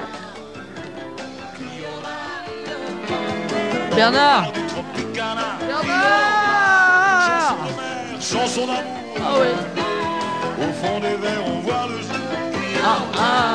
Bernard! Du Tropicana, Bernard! chanson d'amour, Ah ouais! au fond des verres on voit le jour. Ah, ah!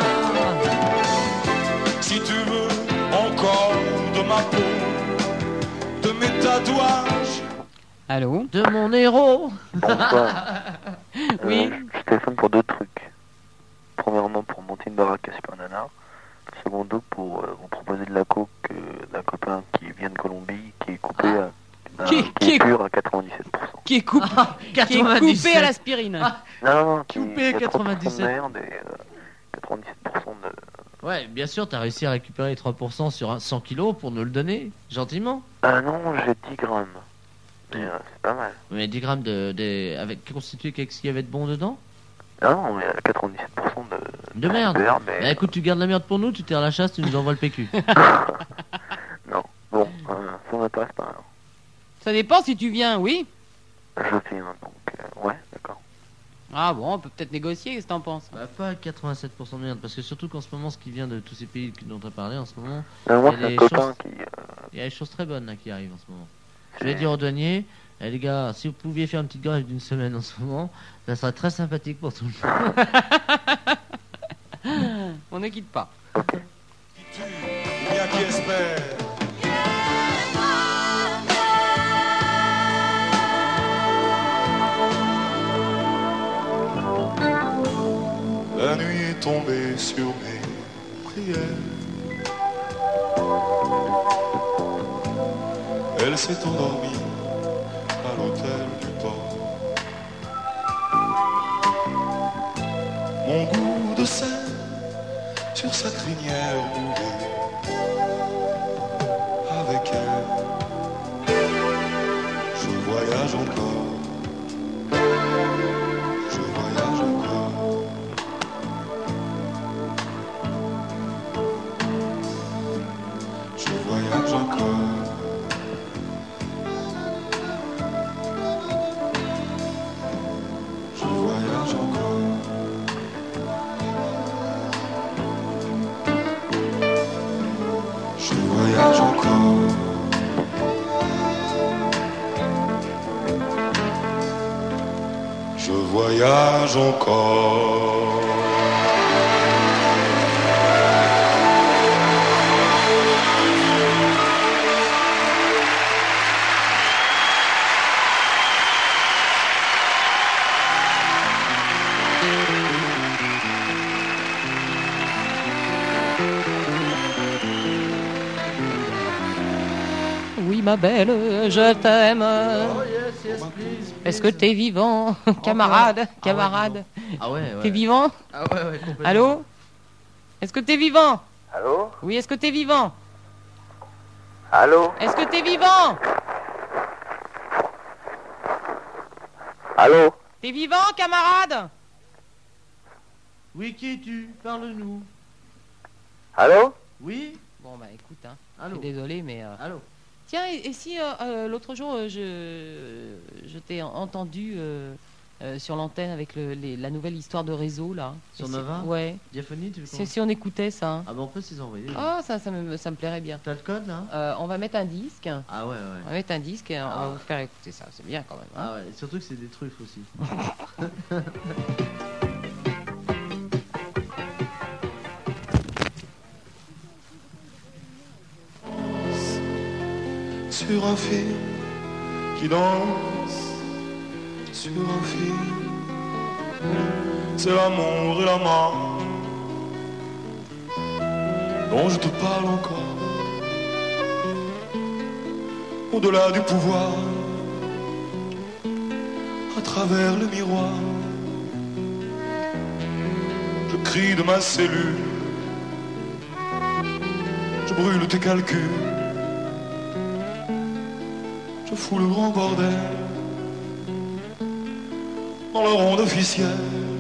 Si tu veux encore de ma peau, de mes tatouages, Allô? De mon héros! Bonsoir. Oui. Euh, je je téléphone pour deux trucs. Premièrement, pour monter une baraque à Super Nana. Secondo, pour euh, vous proposer de la coke euh, d'un copain qui vient de Colombie, qui est coupé à, à- Qui- qui, qui est est- pur à quatre-vingt-dix-sept pour cent. Qui est, coupe- qui est quatre-vingt-dix-sept. coupé à l'aspirine. Ah. Non, non, non, qui Coupé à il y a trois pour cent de quatre-vingt-dix-sept. merde et euh, quatre-vingt-dix-sept pour cent de... Ouais, bien sûr, t'as réussi à récupérer trois pour cent sur un cent kilos pour nous le donner, gentiment. Ah non, j'ai dix grammes. Mais euh, c'est pas mal. Mais dix grammes de, de- avec constitué qu'est-ce qu'il y avait de bon dedans? Ah non, mais à quatre-vingt-dix-sept pour cent de... De merde. merde, mais... Bah écoute, tu gardes la merde pour nous, tu tires la chasse, tu nous envoies le P Q. Non, bon, euh, ça m'intéresse pas. Alors. Ça dépend si tu viens, oui. Je viens, donc, euh, ouais, d'accord. Ah bon, on peut peut-être négocier, qu'est-ce que t'en penses? Bah pas quatre-vingt-sept pour cent de merde, parce que surtout qu'en ce moment, ce qui vient de tous ces pays dont tu as parlé en ce moment, Non, moi, il y c'est a un des copain choses- qui... euh, il y a des choses très bonnes là qui arrivent en ce moment. Je vais dire aux douaniers, eh, les gars, si vous pouviez faire une petite grève d'une semaine en ce moment, ça serait très sympathique pour tout le monde. On ne quitte pas. Bien qui espère. La nuit est tombée sur mes prières. Elle s'est endormie à l'hôtel du port. Mon goût de sel sur sa crinière mouillée. Avec elle, je voyage encore. Je voyage encore. Je voyage encore. Je voyage encore. Je voyage encore. Je voyage encore. Oui, ma belle, je t'aime. Oh yes, yes, please. Est-ce que t'es vivant, camarade, Ah camarade? Ah ouais, ouais. T'es vivant? Ah ouais, ouais, complètement. Allô? Est-ce que t'es vivant? Allô? Oui, est-ce que t'es vivant? Allô? Est-ce que t'es vivant? Allô? T'es vivant, camarade? Oui, qui es-tu? Parle-nous. Allô? Oui? Bon, bah écoute, hein, je Allô? suis désolé, mais... euh, Allô? Tiens, et, et si euh, euh, l'autre jour, euh, je, je t'ai entendu euh, euh, sur l'antenne avec le, les- la nouvelle histoire de réseau, là. Sur Et si- Nova? Ouais. Diaphonie, tu veux Si, qu'on... si on écoutait ça. hein. Ah bah on peut s'y envoyer. Ah, ça, ça me, ça me plairait bien. T'as le code là? Euh, on va mettre un disque. Ah ouais, ouais. On va mettre un disque et on Ah va ouais. vous faire écouter ça. C'est bien quand même. hein. Ah ouais, surtout que c'est des truffes aussi. Sur un fil qui danse, sur un fil, c'est l'amour et la mort dont je te parle encore. Au-delà du pouvoir, à travers le miroir, je crie de ma cellule, je brûle tes calculs. Je fous le grand bordel dans la ronde officielle.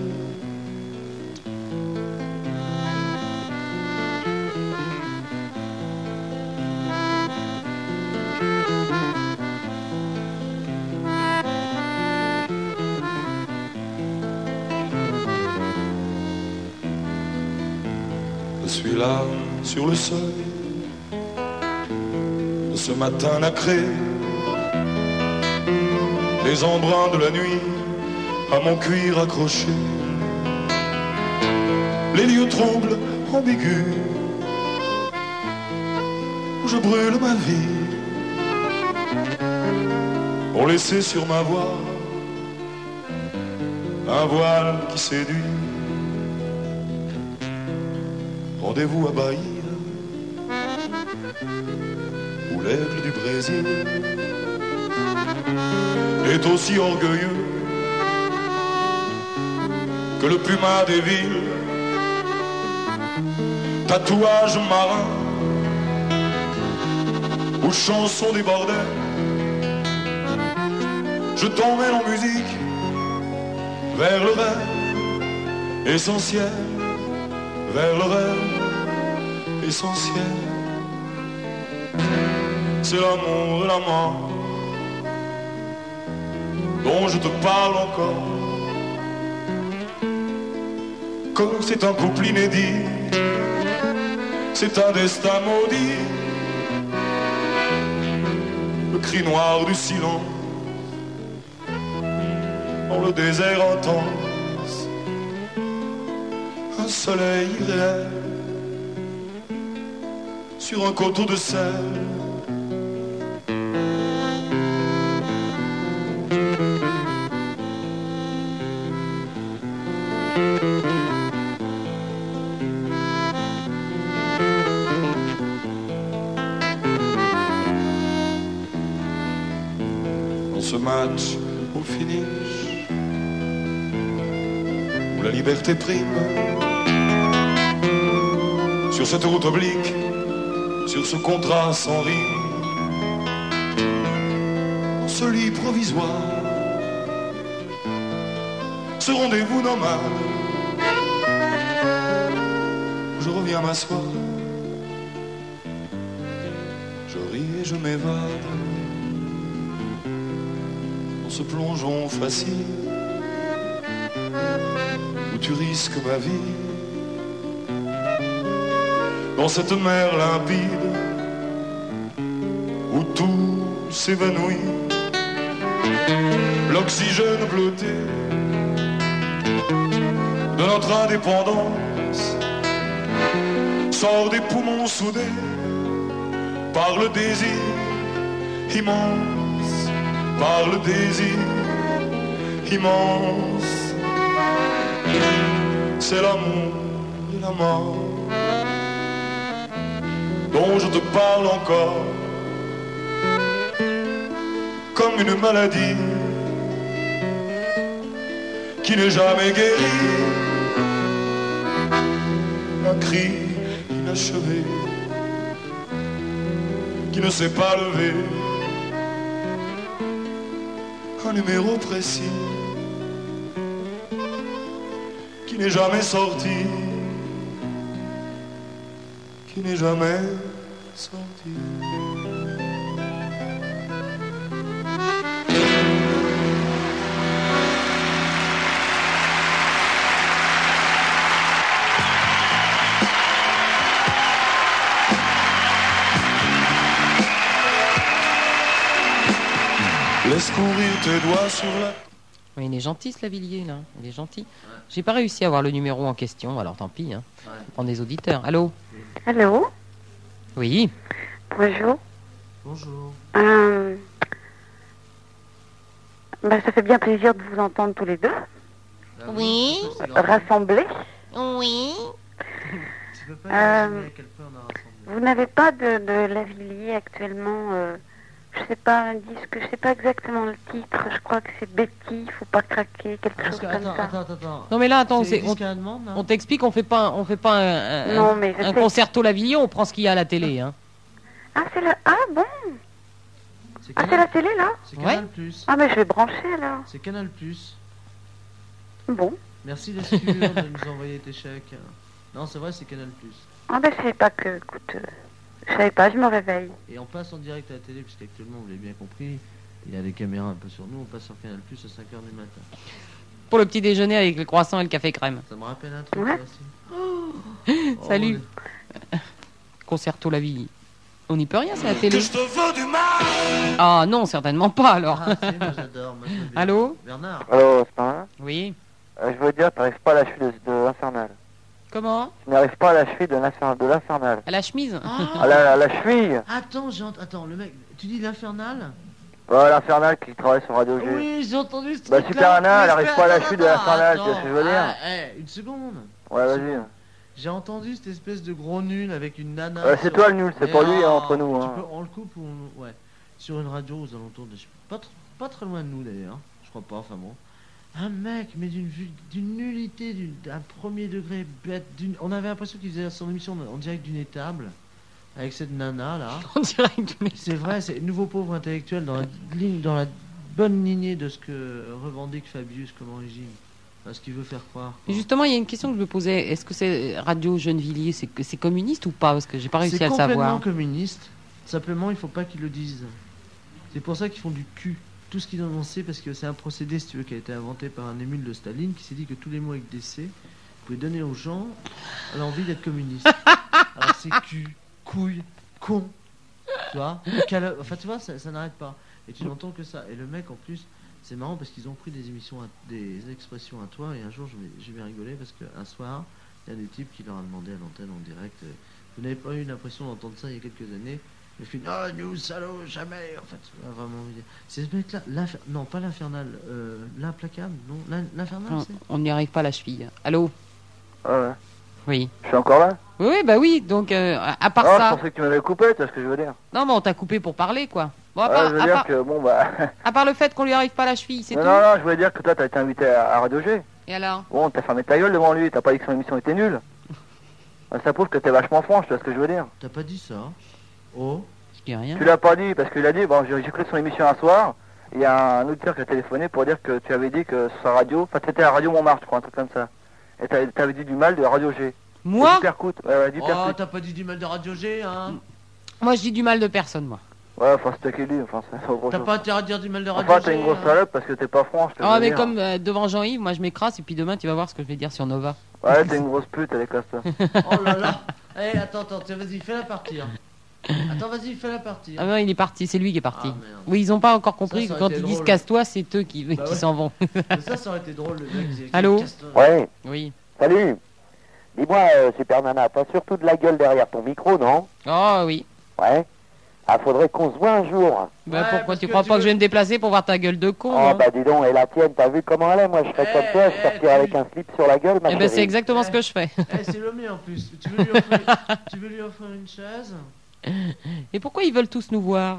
Je suis là sur le seuil de ce matin nacré. Les embruns de la nuit à mon cuir accroché. Les lieux troubles, ambigus, où je brûle ma vie pour laisser sur ma voix un voile qui séduit. Rendez-vous à Bahia, où l'aigle du Brésil est aussi orgueilleux que le puma des villes. Tatouage marin ou chanson des bordels, je t'emmène en musique vers le rêve essentiel, vers le rêve essentiel. C'est l'amour et la mort dont je te parle encore. Comme c'est un couple inédit, c'est un destin maudit. Le cri noir du silence dans le désert intense, un soleil irréel sur un coteau de sel. Dans ce match au finish, où la liberté prime, sur cette route oblique, sur ce contrat sans rime, ce lit provisoire, ce rendez-vous nomade, où je reviens m'asseoir, je ris et je m'évade dans ce plongeon facile où tu risques ma vie, dans cette mer limpide où tout s'évanouit, l'oxygène bleuté de notre indépendance sort des poumons soudés par le désir immense, par le désir immense. C'est l'amour et la mort dont je te parle encore, comme une maladie qui n'est jamais guérie, un cri inachevé qui ne s'est pas levé, un numéro précis qui n'est jamais sorti, qui n'est jamais sorti. Laisse courir tes doigts sur la... Oui, il est gentil, ce Lavillier, là. Il est gentil. J'ai pas réussi à avoir le numéro en question, alors tant pis. Hein. On va prendre des auditeurs. Allô? Allô? Oui. Bonjour. Bonjour. Euh... Ben, ça fait bien plaisir de vous entendre tous les deux. Oui. Rassemblés. Oui. Tu peux pas Euh, imaginer à quel point on a rassemblé. Vous n'avez pas de, de Lavillier actuellement, euh, je sais pas, un disque, je sais pas exactement le titre, je crois que c'est Betty, il faut pas craquer, quelque Parce chose que, comme attends, ça. attends, attends, attends. Non mais là, attends, C'est c'est- on, disque allemand, non on t'explique, on fait pas, on fait pas un, un- Non, mais je un sais. concerto Lavillier, on prend ce qu'il y a à la télé. Hein. Ah, c'est la... Ah, bon. Ah, c'est la télé, là? C'est Canal Plus. Ah, mais je vais brancher, alors. C'est Canal Plus. Bon. Merci d'être sûr de nous envoyer tes chèques. Non, c'est vrai, c'est Canal Plus. Ah, ben, je savais pas que, écoute, euh, je savais pas, je me réveille. Et on passe en direct à la télé, puisqu'actuellement, vous l'avez bien compris, il y a des caméras un peu sur nous, on passe sur Canal Plus à cinq heures du matin. Pour le petit déjeuner avec le croissant et le café crème. Ça me rappelle un truc, Ouais. ça aussi. Salut. Concerto Lavillier. On n'y peut rien, c'est la télé. Que je te veux du mal. Ah non, certainement pas alors. Ah, si, moi j'adore. Moi, je veux bien. Allô? Bernard. Alors, c'est pas mal. Oui. Euh, je veux dire, t'arrives pas à la cheville de, de l'infernal. Comment? Tu n'arrives pas à la cheville de l'infernal. De l'infernal. À la chemise? Ah. À la, à la cheville. Attends, j'ai ent- attends, le mec, tu dis l'infernal? Ouais, l'infernal qui travaille sur Radio G. Oui, j'ai entendu ce Bah, truc-là. Super Nana, elle Mais arrive espère- pas à la attends, cheville de attends, l'infernal, tu vois ce que je veux dire? Ah, eh, une seconde. Ouais, vas-y. J'ai entendu cette espèce de gros nul avec une nana. Ouais, c'est sur- toi le nul, c'est Mais pas lui, hein, ah, entre nous, tu hein. peux- on le coupe ou on... Ouais. Sur une radio aux alentours de... Pas, tr- pas très loin de nous d'ailleurs. Je crois pas, enfin bon. Un mec, mais d'une vue- d'une nullité, d'une- d'un premier degré bête. d'une- On avait l'impression qu'il faisait son émission en direct d'une étable. Avec cette nana là. En direct d'une C'est vrai, c'est nouveau pauvre intellectuel dans la, ligne, dans la bonne lignée de ce que revendique Fabius comme origine. Parce qu'il veut faire croire. Et justement, il y a une question que je me posais. Est-ce que c'est Radio Gennevilliers, c'est, c'est communiste ou pas? Parce que j'ai pas réussi à le savoir. C'est complètement communiste. Simplement, il faut pas qu'ils le disent. C'est pour ça qu'ils font du cul. Tout ce qu'ils ont annoncé, parce que c'est un procédé, si tu veux, qui a été inventé par un émule de Staline, qui s'est dit que tous les mots avec des C pouvaient donner aux gens l'envie d'être communiste. Alors c'est cul, couille, con. Tu vois Cala... Enfin, tu vois, ça, ça n'arrête pas. Et tu n'entends que ça. Et le mec, en plus, c'est marrant parce qu'ils ont pris des émissions, à... des expressions à toi. Et un jour, je vais, je vais rigoler parce qu'un soir, il y a des types qui leur ont demandé à l'antenne en direct. euh, Vous n'avez pas eu l'impression d'entendre ça il y a quelques années? Il fait ah, nous salauds, jamais. En fait, tu vas vraiment dire. C'est ce mec-là, l'infer... non, pas l'infernal, euh, l'implacable, non, L'in- l'infernal, On- c'est. On n'y arrive pas à la cheville. Allô? Ah ouais. Oui. Je suis encore là? Oui, oui, bah oui. Donc, euh, à à part Ah, ça. je pensais que tu m'avais coupé, tu vois ce que je veux dire. Non, mais on t'a coupé pour parler, quoi. Bon, à Ouais, part, je veux à dire part- que bon bah. à part le fait qu'on lui arrive pas à la cheville, c'est non, tout. non, non, je voulais dire que toi t'as été invité à, à Radio G. Et alors? Bon, t'as fermé ta gueule devant lui, t'as pas dit que son émission était nulle. Ouais, ça prouve que t'es vachement franche, tu vois ce que je veux dire. T'as pas dit ça? Oh. Je dis rien. Tu l'as pas dit parce qu'il a dit, bon, j'ai j'ai écouté son émission un soir. Il y a un auditeur qui a téléphoné pour dire que tu avais dit que sa radio, enfin t'étais à Radio Montmartre, je crois, un truc comme ça. Et t'avais, t'avais dit du mal de Radio G. Moi? Et du Percoute, ouais, ouais, du Oh, Percoute. t'as pas dit du mal de Radio G, hein? Moi, je dis du mal de personne, moi. Ouais, enfin c'était qui dit, enfin c'est autre T'as chose. pas intérêt à dire du mal de Radio Enfin G. t'es une grosse hein. salope parce que t'es pas franche. je te Ah, veux mais dire. comme euh, devant Jean-Yves, moi je m'écrase et puis demain tu vas voir ce que je vais dire sur Nova. Ouais, t'es une grosse pute, allez casse-toi. Oh là là. Eh, attends, attends, tiens, vas-y, fais-la partir. Attends, vas-y, fais-la partir. Ah non, il est parti, c'est lui qui est parti. Ah, merde. Oui, ils ont pas encore compris Ça, ça que aurait quand été ils disent drôle. casse-toi, c'est eux qui, Bah qui ouais. s'en vont. Mais ça, ça aurait été drôle, le mec. qui- qui- Allô? casse-toi. Ouais. Oui. Salut. Dis-moi, euh, Super Nana, t'as surtout de la gueule derrière ton micro, non? Oh oui. Ouais. Ah, faudrait qu'on se voit un jour. Bah, Ouais, pourquoi parce tu que crois tu pas que veux- je vais me déplacer pour voir ta gueule de con? Oh, hein bah dis donc, et la tienne, t'as vu comment elle est? Moi, je serais Eh, comme toi, je eh, sortirais tu- avec un slip sur la gueule, ma Eh ben chérie. c'est exactement ce que je fais. Eh, c'est le mien en plus. Tu veux lui offrir, tu veux lui offrir une chaise? Et pourquoi ils veulent tous nous voir?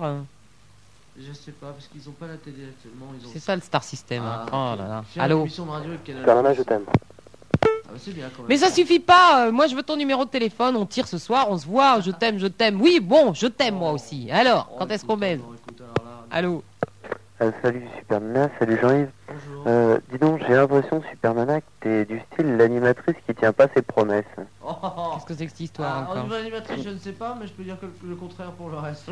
Je sais pas, parce qu'ils ont pas la télé actuellement. Ils ont... C'est ça le Star System. hein. Ah, Oh là là. Faire une Allô? émission de radio avec Canal+. Super Nana, je t'aime. Ah, bah, c'est bien quand même. Mais ça suffit pas. euh, Moi je veux ton numéro de téléphone. On tire ce soir. On se voit. Je t'aime, je t'aime. Oui, bon, je t'aime moi aussi. Alors, quand est-ce qu'on baise? Bon, écoute, alors là, Allô? Euh, salut Super Nana, salut Jean-Yves. bonjour. Euh, dis donc, j'ai l'impression, Super Nana, que t'es du style l'animatrice qui tient pas ses promesses. Oh, oh, oh. Qu'est-ce que c'est que cette histoire Ah, en encore? niveau animatrice, je ne sais pas, mais je peux dire que le contraire pour le reste.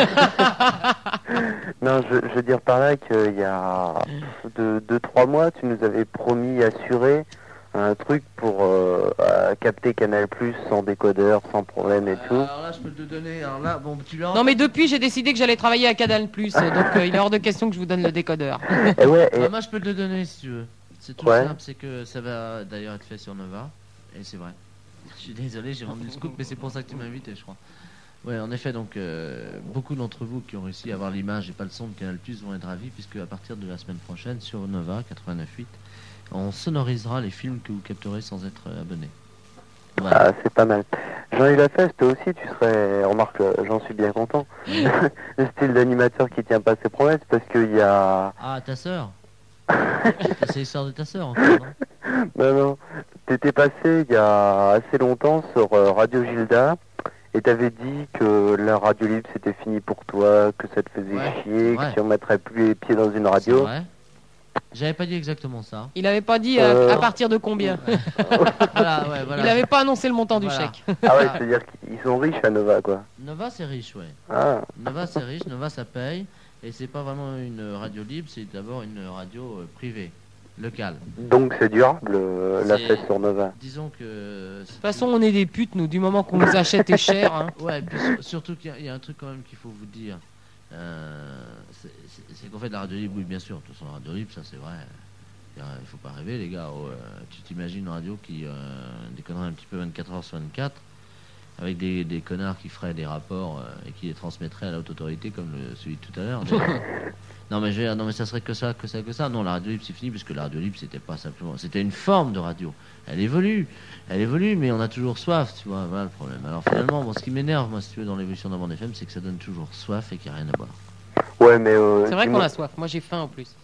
Non, je, je veux dire par là qu'il y a deux, deux, trois mois, tu nous avais promis assurer un truc pour euh, à capter Canal Plus sans décodeur, sans problème et tout. Alors là, je peux te donner. Alors là, bon, tu l'as. Non mais depuis j'ai décidé que j'allais travailler à Canal Plus, donc euh, il est hors de question que je vous donne le décodeur. Et ouais, et... Ah, moi, je peux te le donner si tu veux. C'est tout Ouais. simple, c'est que ça va d'ailleurs être fait sur Nova. Et c'est vrai. Je suis désolé, j'ai vendu le scoop, mais c'est pour ça que tu m'as invité, je crois. Ouais, en effet, donc euh, beaucoup d'entre vous qui ont réussi à avoir l'image et pas le son de Canal Plus vont être ravis, puisque à partir de la semaine prochaine, sur Nova quatre-vingt-neuf point huit, on sonorisera les films que vous capterez sans être euh, abonné. Voilà. Ah, c'est pas mal. Jean-Yves Lafesse, toi aussi, tu serais... Remarque, euh, j'en suis bien content. Le style d'animateur qui tient pas ses promesses, parce qu'il y a... Ah, ta sœur C'est l'histoire de ta sœur encore, non? Non, non. T'étais passé il y a assez longtemps sur euh, Radio Gilda, et t'avais dit que la radio libre c'était fini pour toi, que ça te faisait Ouais, chier, ouais. que tu remettrais plus les pieds dans une C'est radio. vrai. J'avais pas dit exactement ça. Il avait pas dit euh, Euh, à partir de combien. Voilà, ouais, voilà. Il avait pas annoncé le montant du Voilà. chèque. Ah ouais, c'est-à-dire qu'ils sont riches à Nova, quoi. Nova, c'est riche, ouais. Ah. Nova, c'est riche, Nova, ça paye. Et c'est pas vraiment une radio libre, c'est d'abord une radio euh, privée, locale. Donc c'est durable, euh, la C'est- fête sur Nova. Disons que. De toute façon on est des putes nous, du moment qu'on nous achète est cher. Hein. Ouais, et puis sur- surtout qu'il y a- il y, a un truc quand même qu'il faut vous dire. Euh, c'est- c'est c'est qu'on fait de la radio libre, oui, bien sûr. De toute façon, la radio libre, ça c'est vrai. Il faut pas rêver, les gars. Oh, euh, tu t'imagines une radio qui euh, déconnerait un petit peu vingt-quatre heures sur vingt-quatre, avec des, des connards qui feraient des rapports euh, et qui les transmettraient à la haute autorité, comme le, celui de tout à l'heure. Non mais, je veux dire, non mais ça serait que ça, que ça, que ça. Non, la radio libre c'est fini, puisque la radio libre c'était pas simplement, c'était une forme de radio. Elle évolue, elle évolue, mais on a toujours soif, tu vois. Voilà le problème. Alors finalement, bon, ce qui m'énerve, moi, si tu veux, dans l'évolution d'un bande F M, c'est que ça donne toujours soif et qu'il n'y a rien à boire. Ouais, mais... Euh, C'est vrai qu'on dis-moi- a soif, moi j'ai faim en plus.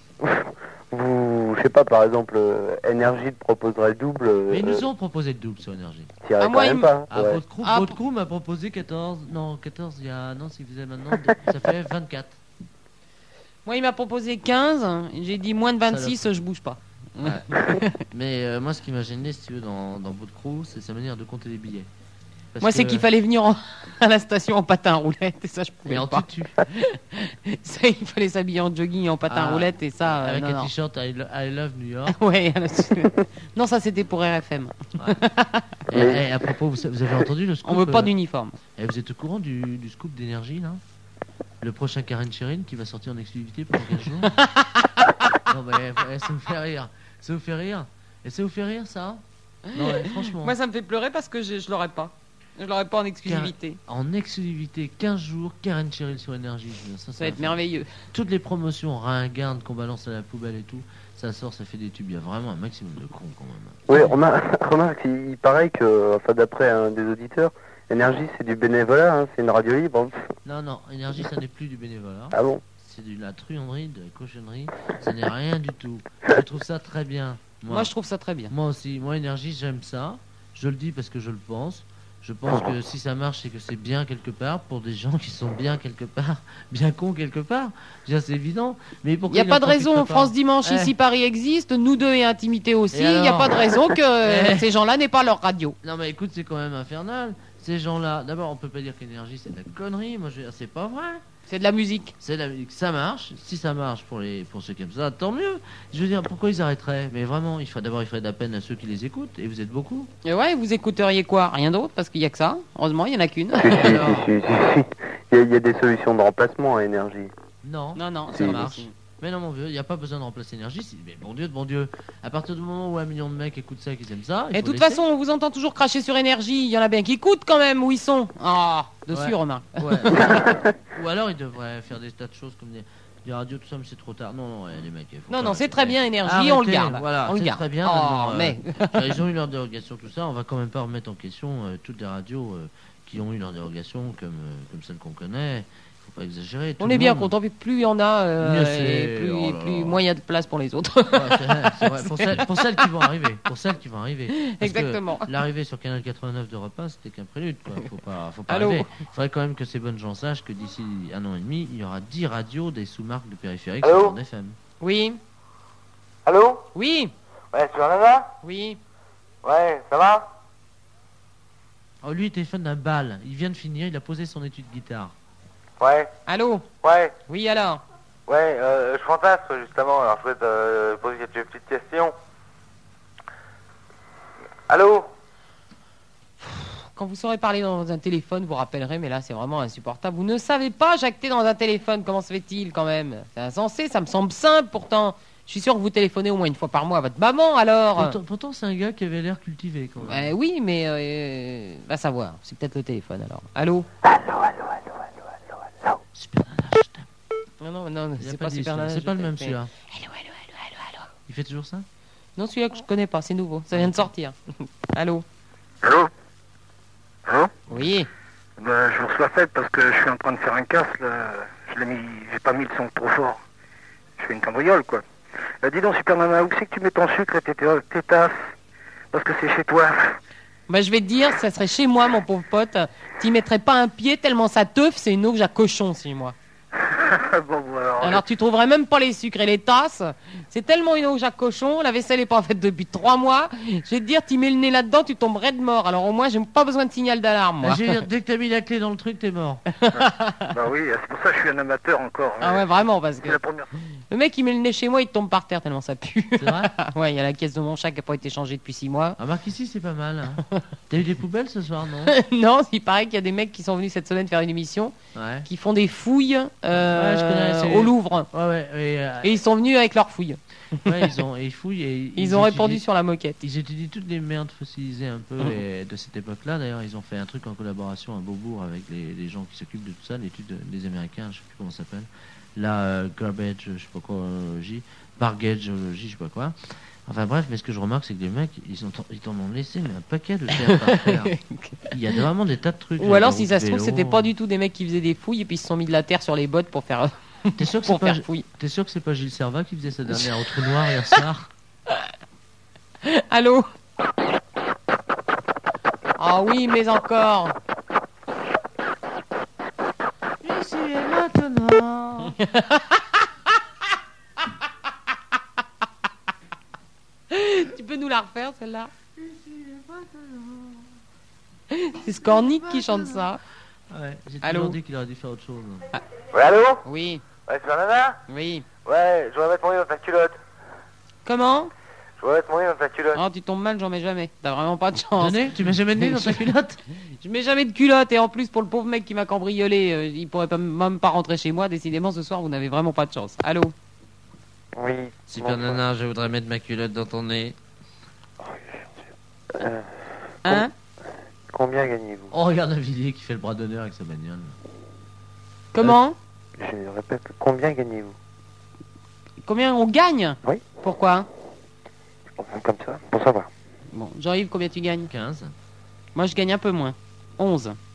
Vous, je sais pas, par exemple, euh, Énergie te proposerait le double. euh, Mais ils nous ont proposé le double sur Énergie. t'y arrives Ah, moi, quand il même m- pas. Ah, ouais. votre crew, Ah, votre crew m'a proposé quatorze, non, quatorze, il y a, non, s'il faisait maintenant, ça fait vingt-quatre. Moi il m'a proposé quinze, j'ai dit moins de vingt-six, Salope. je bouge pas. Ouais. Mais euh, moi, ce qui m'a gêné, si tu veux, dans, dans Bout de Crew, c'est sa manière de compter les billets. Parce Moi, c'est que- qu'il fallait venir en- à la station en patin à roulette, et ça, je pouvais Et en pas. tutu. Ça, il fallait s'habiller en jogging et en patin à Ah, roulette, et ça, euh, avec non, un non. t-shirt I, lo- I love New York. Ouais, à la- non, ça, c'était pour R F M. Et, et à propos, vous, sa- vous avez entendu le scoop On veut pas euh, d'uniforme. Et vous êtes au courant du, du scoop d'énergie, là? Le prochain Karen Sherin qui va sortir en exclusivité pendant quinze jours. Non, mais ouais, ça vous fait rire. Ça vous fait rire. Et ça vous fait rire, ça? Non, ouais, franchement. Moi, ça me fait pleurer parce que je, je l'aurais pas. Je l'aurais pas en exclusivité. Car- En exclusivité, quinze jours, Karen Sherin sur énergie. Je veux dire, ça, Ça va être faire- merveilleux. Toutes les promotions ringardes qu'on balance à la poubelle et tout, ça sort, ça fait des tubes. Il y a vraiment un maximum de cons quand même. Oui, remarque, remarque, il paraît que, enfin d'après un des auditeurs, Énergie c'est du bénévolat, hein, c'est une radio libre. Non, non, énergie, ça n'est plus du bénévolat. Ah bon? C'est de la truanderie, de la cochonnerie. Ça n'est rien du tout. Je trouve ça très bien. Moi, je trouve ça très bien. Moi aussi. Moi, énergie, j'aime ça. Je le dis parce que je le pense. Je pense que si ça marche, c'est que c'est bien quelque part pour des gens qui sont bien quelque part, bien cons quelque part. Je veux dire, c'est évident. Mais Il pourquoi n'y a ils pas en de raison. profiteraient France pas Dimanche, Eh. ici Paris existe. Nous deux et Intimité aussi. Et Il n'y a alors pas de raison que euh, Eh. ces gens-là n'aient pas leur radio. Non, mais écoute, c'est quand même infernal. Ces gens-là, d'abord, on peut pas dire qu'énergie c'est de la connerie. Moi, je veux dire, c'est pas vrai. C'est de la musique. C'est de la musique. Ça marche. Si ça marche pour les pour ceux qui aiment ça, tant mieux. Je veux dire, pourquoi ils arrêteraient? Mais vraiment, il faut d'abord, il ferait de la peine à ceux qui les écoutent. Et vous êtes beaucoup. Et ouais, vous écouteriez quoi? Rien d'autre parce qu'il n'y a que ça. Heureusement, il n'y en a qu'une. Si, si, si, si, si, si. Il y, a, il y a des solutions de remplacement à Énergie. Non. Non, non, ça Si. marche. Mais non, mon vieux, il n'y a pas besoin de remplacer l'énergie. si- Mais bon Dieu, de bon Dieu, à partir du moment où un million de mecs écoutent ça, qu'ils aiment ça. il Et de faut toute laisser. façon, on vous entend toujours cracher sur Énergie. Il y en a bien qui écoutent quand même où ils sont. Ah, dessus, Ouais. remarque. Ouais. Ou alors ils devraient faire des tas de choses comme des, des radios, tout ça, mais c'est trop tard. Non, non, ouais, les mecs. il faut Non, pas non, c'est arrêter. très bien, Énergie, Arrêtez, on le garde. Voilà, On le c'est garde. très bien. Oh, maintenant, euh, mais- ils ont eu leur dérogation, tout ça. On va quand même pas remettre en question euh, toutes les radios euh, qui ont eu leur dérogation, comme, euh, comme celles qu'on connaît. Faut pas exagérer. Tout On le est bien monde- content, puis plus il y en a, euh, Mieux et c'est. plus, Oh là plus là. moins il y a de place pour les autres. Ouais, c'est vrai, c'est vrai. Pour, celles, pour celles qui vont arriver. Pour celles qui vont arriver. Parce que Exactement. L'arrivée sur Canal quatre-vingt-neuf de repas, c'était qu'un prélude. Quoi. Faut pas, faut pas Allô. rêver. Il faudrait quand même que ces bonnes gens sachent que d'ici un an et demi, il y aura dix radios des sous-marques de périphériques Allô. sur Bande F M. Oui. Allô? Oui. Ouais, tu en as là? Oui. Ouais, ça va? Oh, lui, il téléphone d'un bal. Il vient de finir, il a posé son étude de guitare. Ouais. Allô? Ouais. Oui, alors? Ouais, euh, je fantasme justement, alors je voulais te euh, poser quelques petites questions. Allô? Quand vous saurez parler dans un téléphone, vous rappellerez, mais là, c'est vraiment insupportable. Vous ne savez pas jacter dans un téléphone. Comment se fait-il, quand même? C'est insensé, ça me semble simple, pourtant. Je suis sûr que vous téléphonez au moins une fois par mois à votre maman, alors. Pourtant, pourtant, c'est un gars qui avait l'air cultivé quand même. Euh, oui, mais euh, va savoir. C'est peut-être le téléphone, alors. Allô? Non, non, non, Il a c'est pas pas dit Super celui-là. Nana, C'est je pas le t'ai même fait. celui-là. Il fait toujours ça? Non, celui-là que je connais pas, c'est nouveau. Ça vient de sortir. Allô? Allô? Allô? Oui. Ben, je vous reçois fait parce que je suis en train de faire un casse, là. Je l'ai mis, j'ai pas mis le son trop fort. Je fais une cambriole, quoi. Euh, dis donc, Super Nana, où c'est que tu mets ton sucre et tes, tes tasses? Parce que c'est chez toi. Bah, je vais te dire, ça serait chez moi, mon pauvre pote. T'y mettrais pas un pied tellement ça teuf, c'est une auge à cochon, chez moi. bon, bon, alors... Alors tu trouverais même pas les sucres et les tasses. C'est tellement une auge à cochon, la vaisselle est pas faite depuis trois mois. Je vais te dire, tu mets le nez là-dedans, tu tomberais de mort. Alors au moins, j'ai pas besoin de signal d'alarme, moi. Ah, je veux dire, dès que t'as mis la clé dans le truc, t'es mort. Bah oui, c'est pour ça que je suis un amateur encore. Ah ouais, vraiment, parce que C'est la première. le mec, il met le nez chez moi, il tombe par terre tellement ça pue. C'est vrai? Ouais, il y a la caisse de mon chat qui a pas été changée depuis six mois. Ah, Marc, ici, c'est pas mal. Hein. T'as eu des poubelles ce soir, non? Non, il paraît qu'il y a des mecs qui sont venus cette semaine faire une émission, Ouais. qui font des fouilles euh, Ouais, je connais, c'est- au Louvre. Ouais, ouais. Et, euh, Et ils sont venus avec leurs fouilles. ouais, ils, ont, et ils fouillent et Ils ont répondu étudient- sur la moquette. Ils étudient toutes les merdes fossilisées un peu Mhm. et de cette époque-là. D'ailleurs, ils ont fait un truc en collaboration à Beaubourg avec les, les gens qui s'occupent de tout ça, l'étude de- des Américains, je sais plus comment ça s'appelle. La euh, garbage, je sais pas quoi, géologie, bargage, géologie, je sais pas quoi. Enfin bref, mais ce que je remarque, c'est que les mecs, ils, ont, ils t'en ont laissé mais un paquet de terre par terre. Il y a vraiment des tas de trucs. Ou là, alors, des si routes ça se trouve, vélo. c'était pas du tout des mecs qui faisaient des fouilles et puis ils se sont mis de la terre sur les bottes pour faire. T'es sûr que pour c'est pas, faire fouille. t'es sûr que c'est pas Gilles Servat qui faisait sa dernière au trou noir hier soir? Allô? Ah oui, mais encore. Ici et maintenant. peux nous la refaire, celle-là? C'est Scornic qui chante ça. Ouais, j'ai Allô? toujours dit qu'il aurait dû faire autre chose. Ah. Ouais, allô? Oui. Ouais, c'est Nana? Oui. Ouais, je voudrais mettre mon lit dans ta culotte. Comment? Je voudrais mettre mon lit dans ta culotte. Oh, tu tombes mal, j'en mets jamais. T'as vraiment pas de chance. Tenez, tu mets jamais de nez dans ta culotte? Je mets jamais de culotte, et en plus, pour le pauvre mec qui m'a cambriolé, euh, il pourrait pas, même pas rentrer chez moi. Décidément, ce soir, vous n'avez vraiment pas de chance. Allô? Oui. Super Nana, je voudrais mettre ma culotte dans ton nez. Euh, Hein? Combien gagnez-vous? Oh, regarde Avilliers qui fait le bras d'honneur avec sa bagnole. Comment? Je répète, combien gagnez-vous? Combien on gagne? Oui. Pourquoi? Comme ça, pour savoir. Bon, Jean-Yves, combien tu gagnes? quinze. Moi, je gagne un peu moins. onze.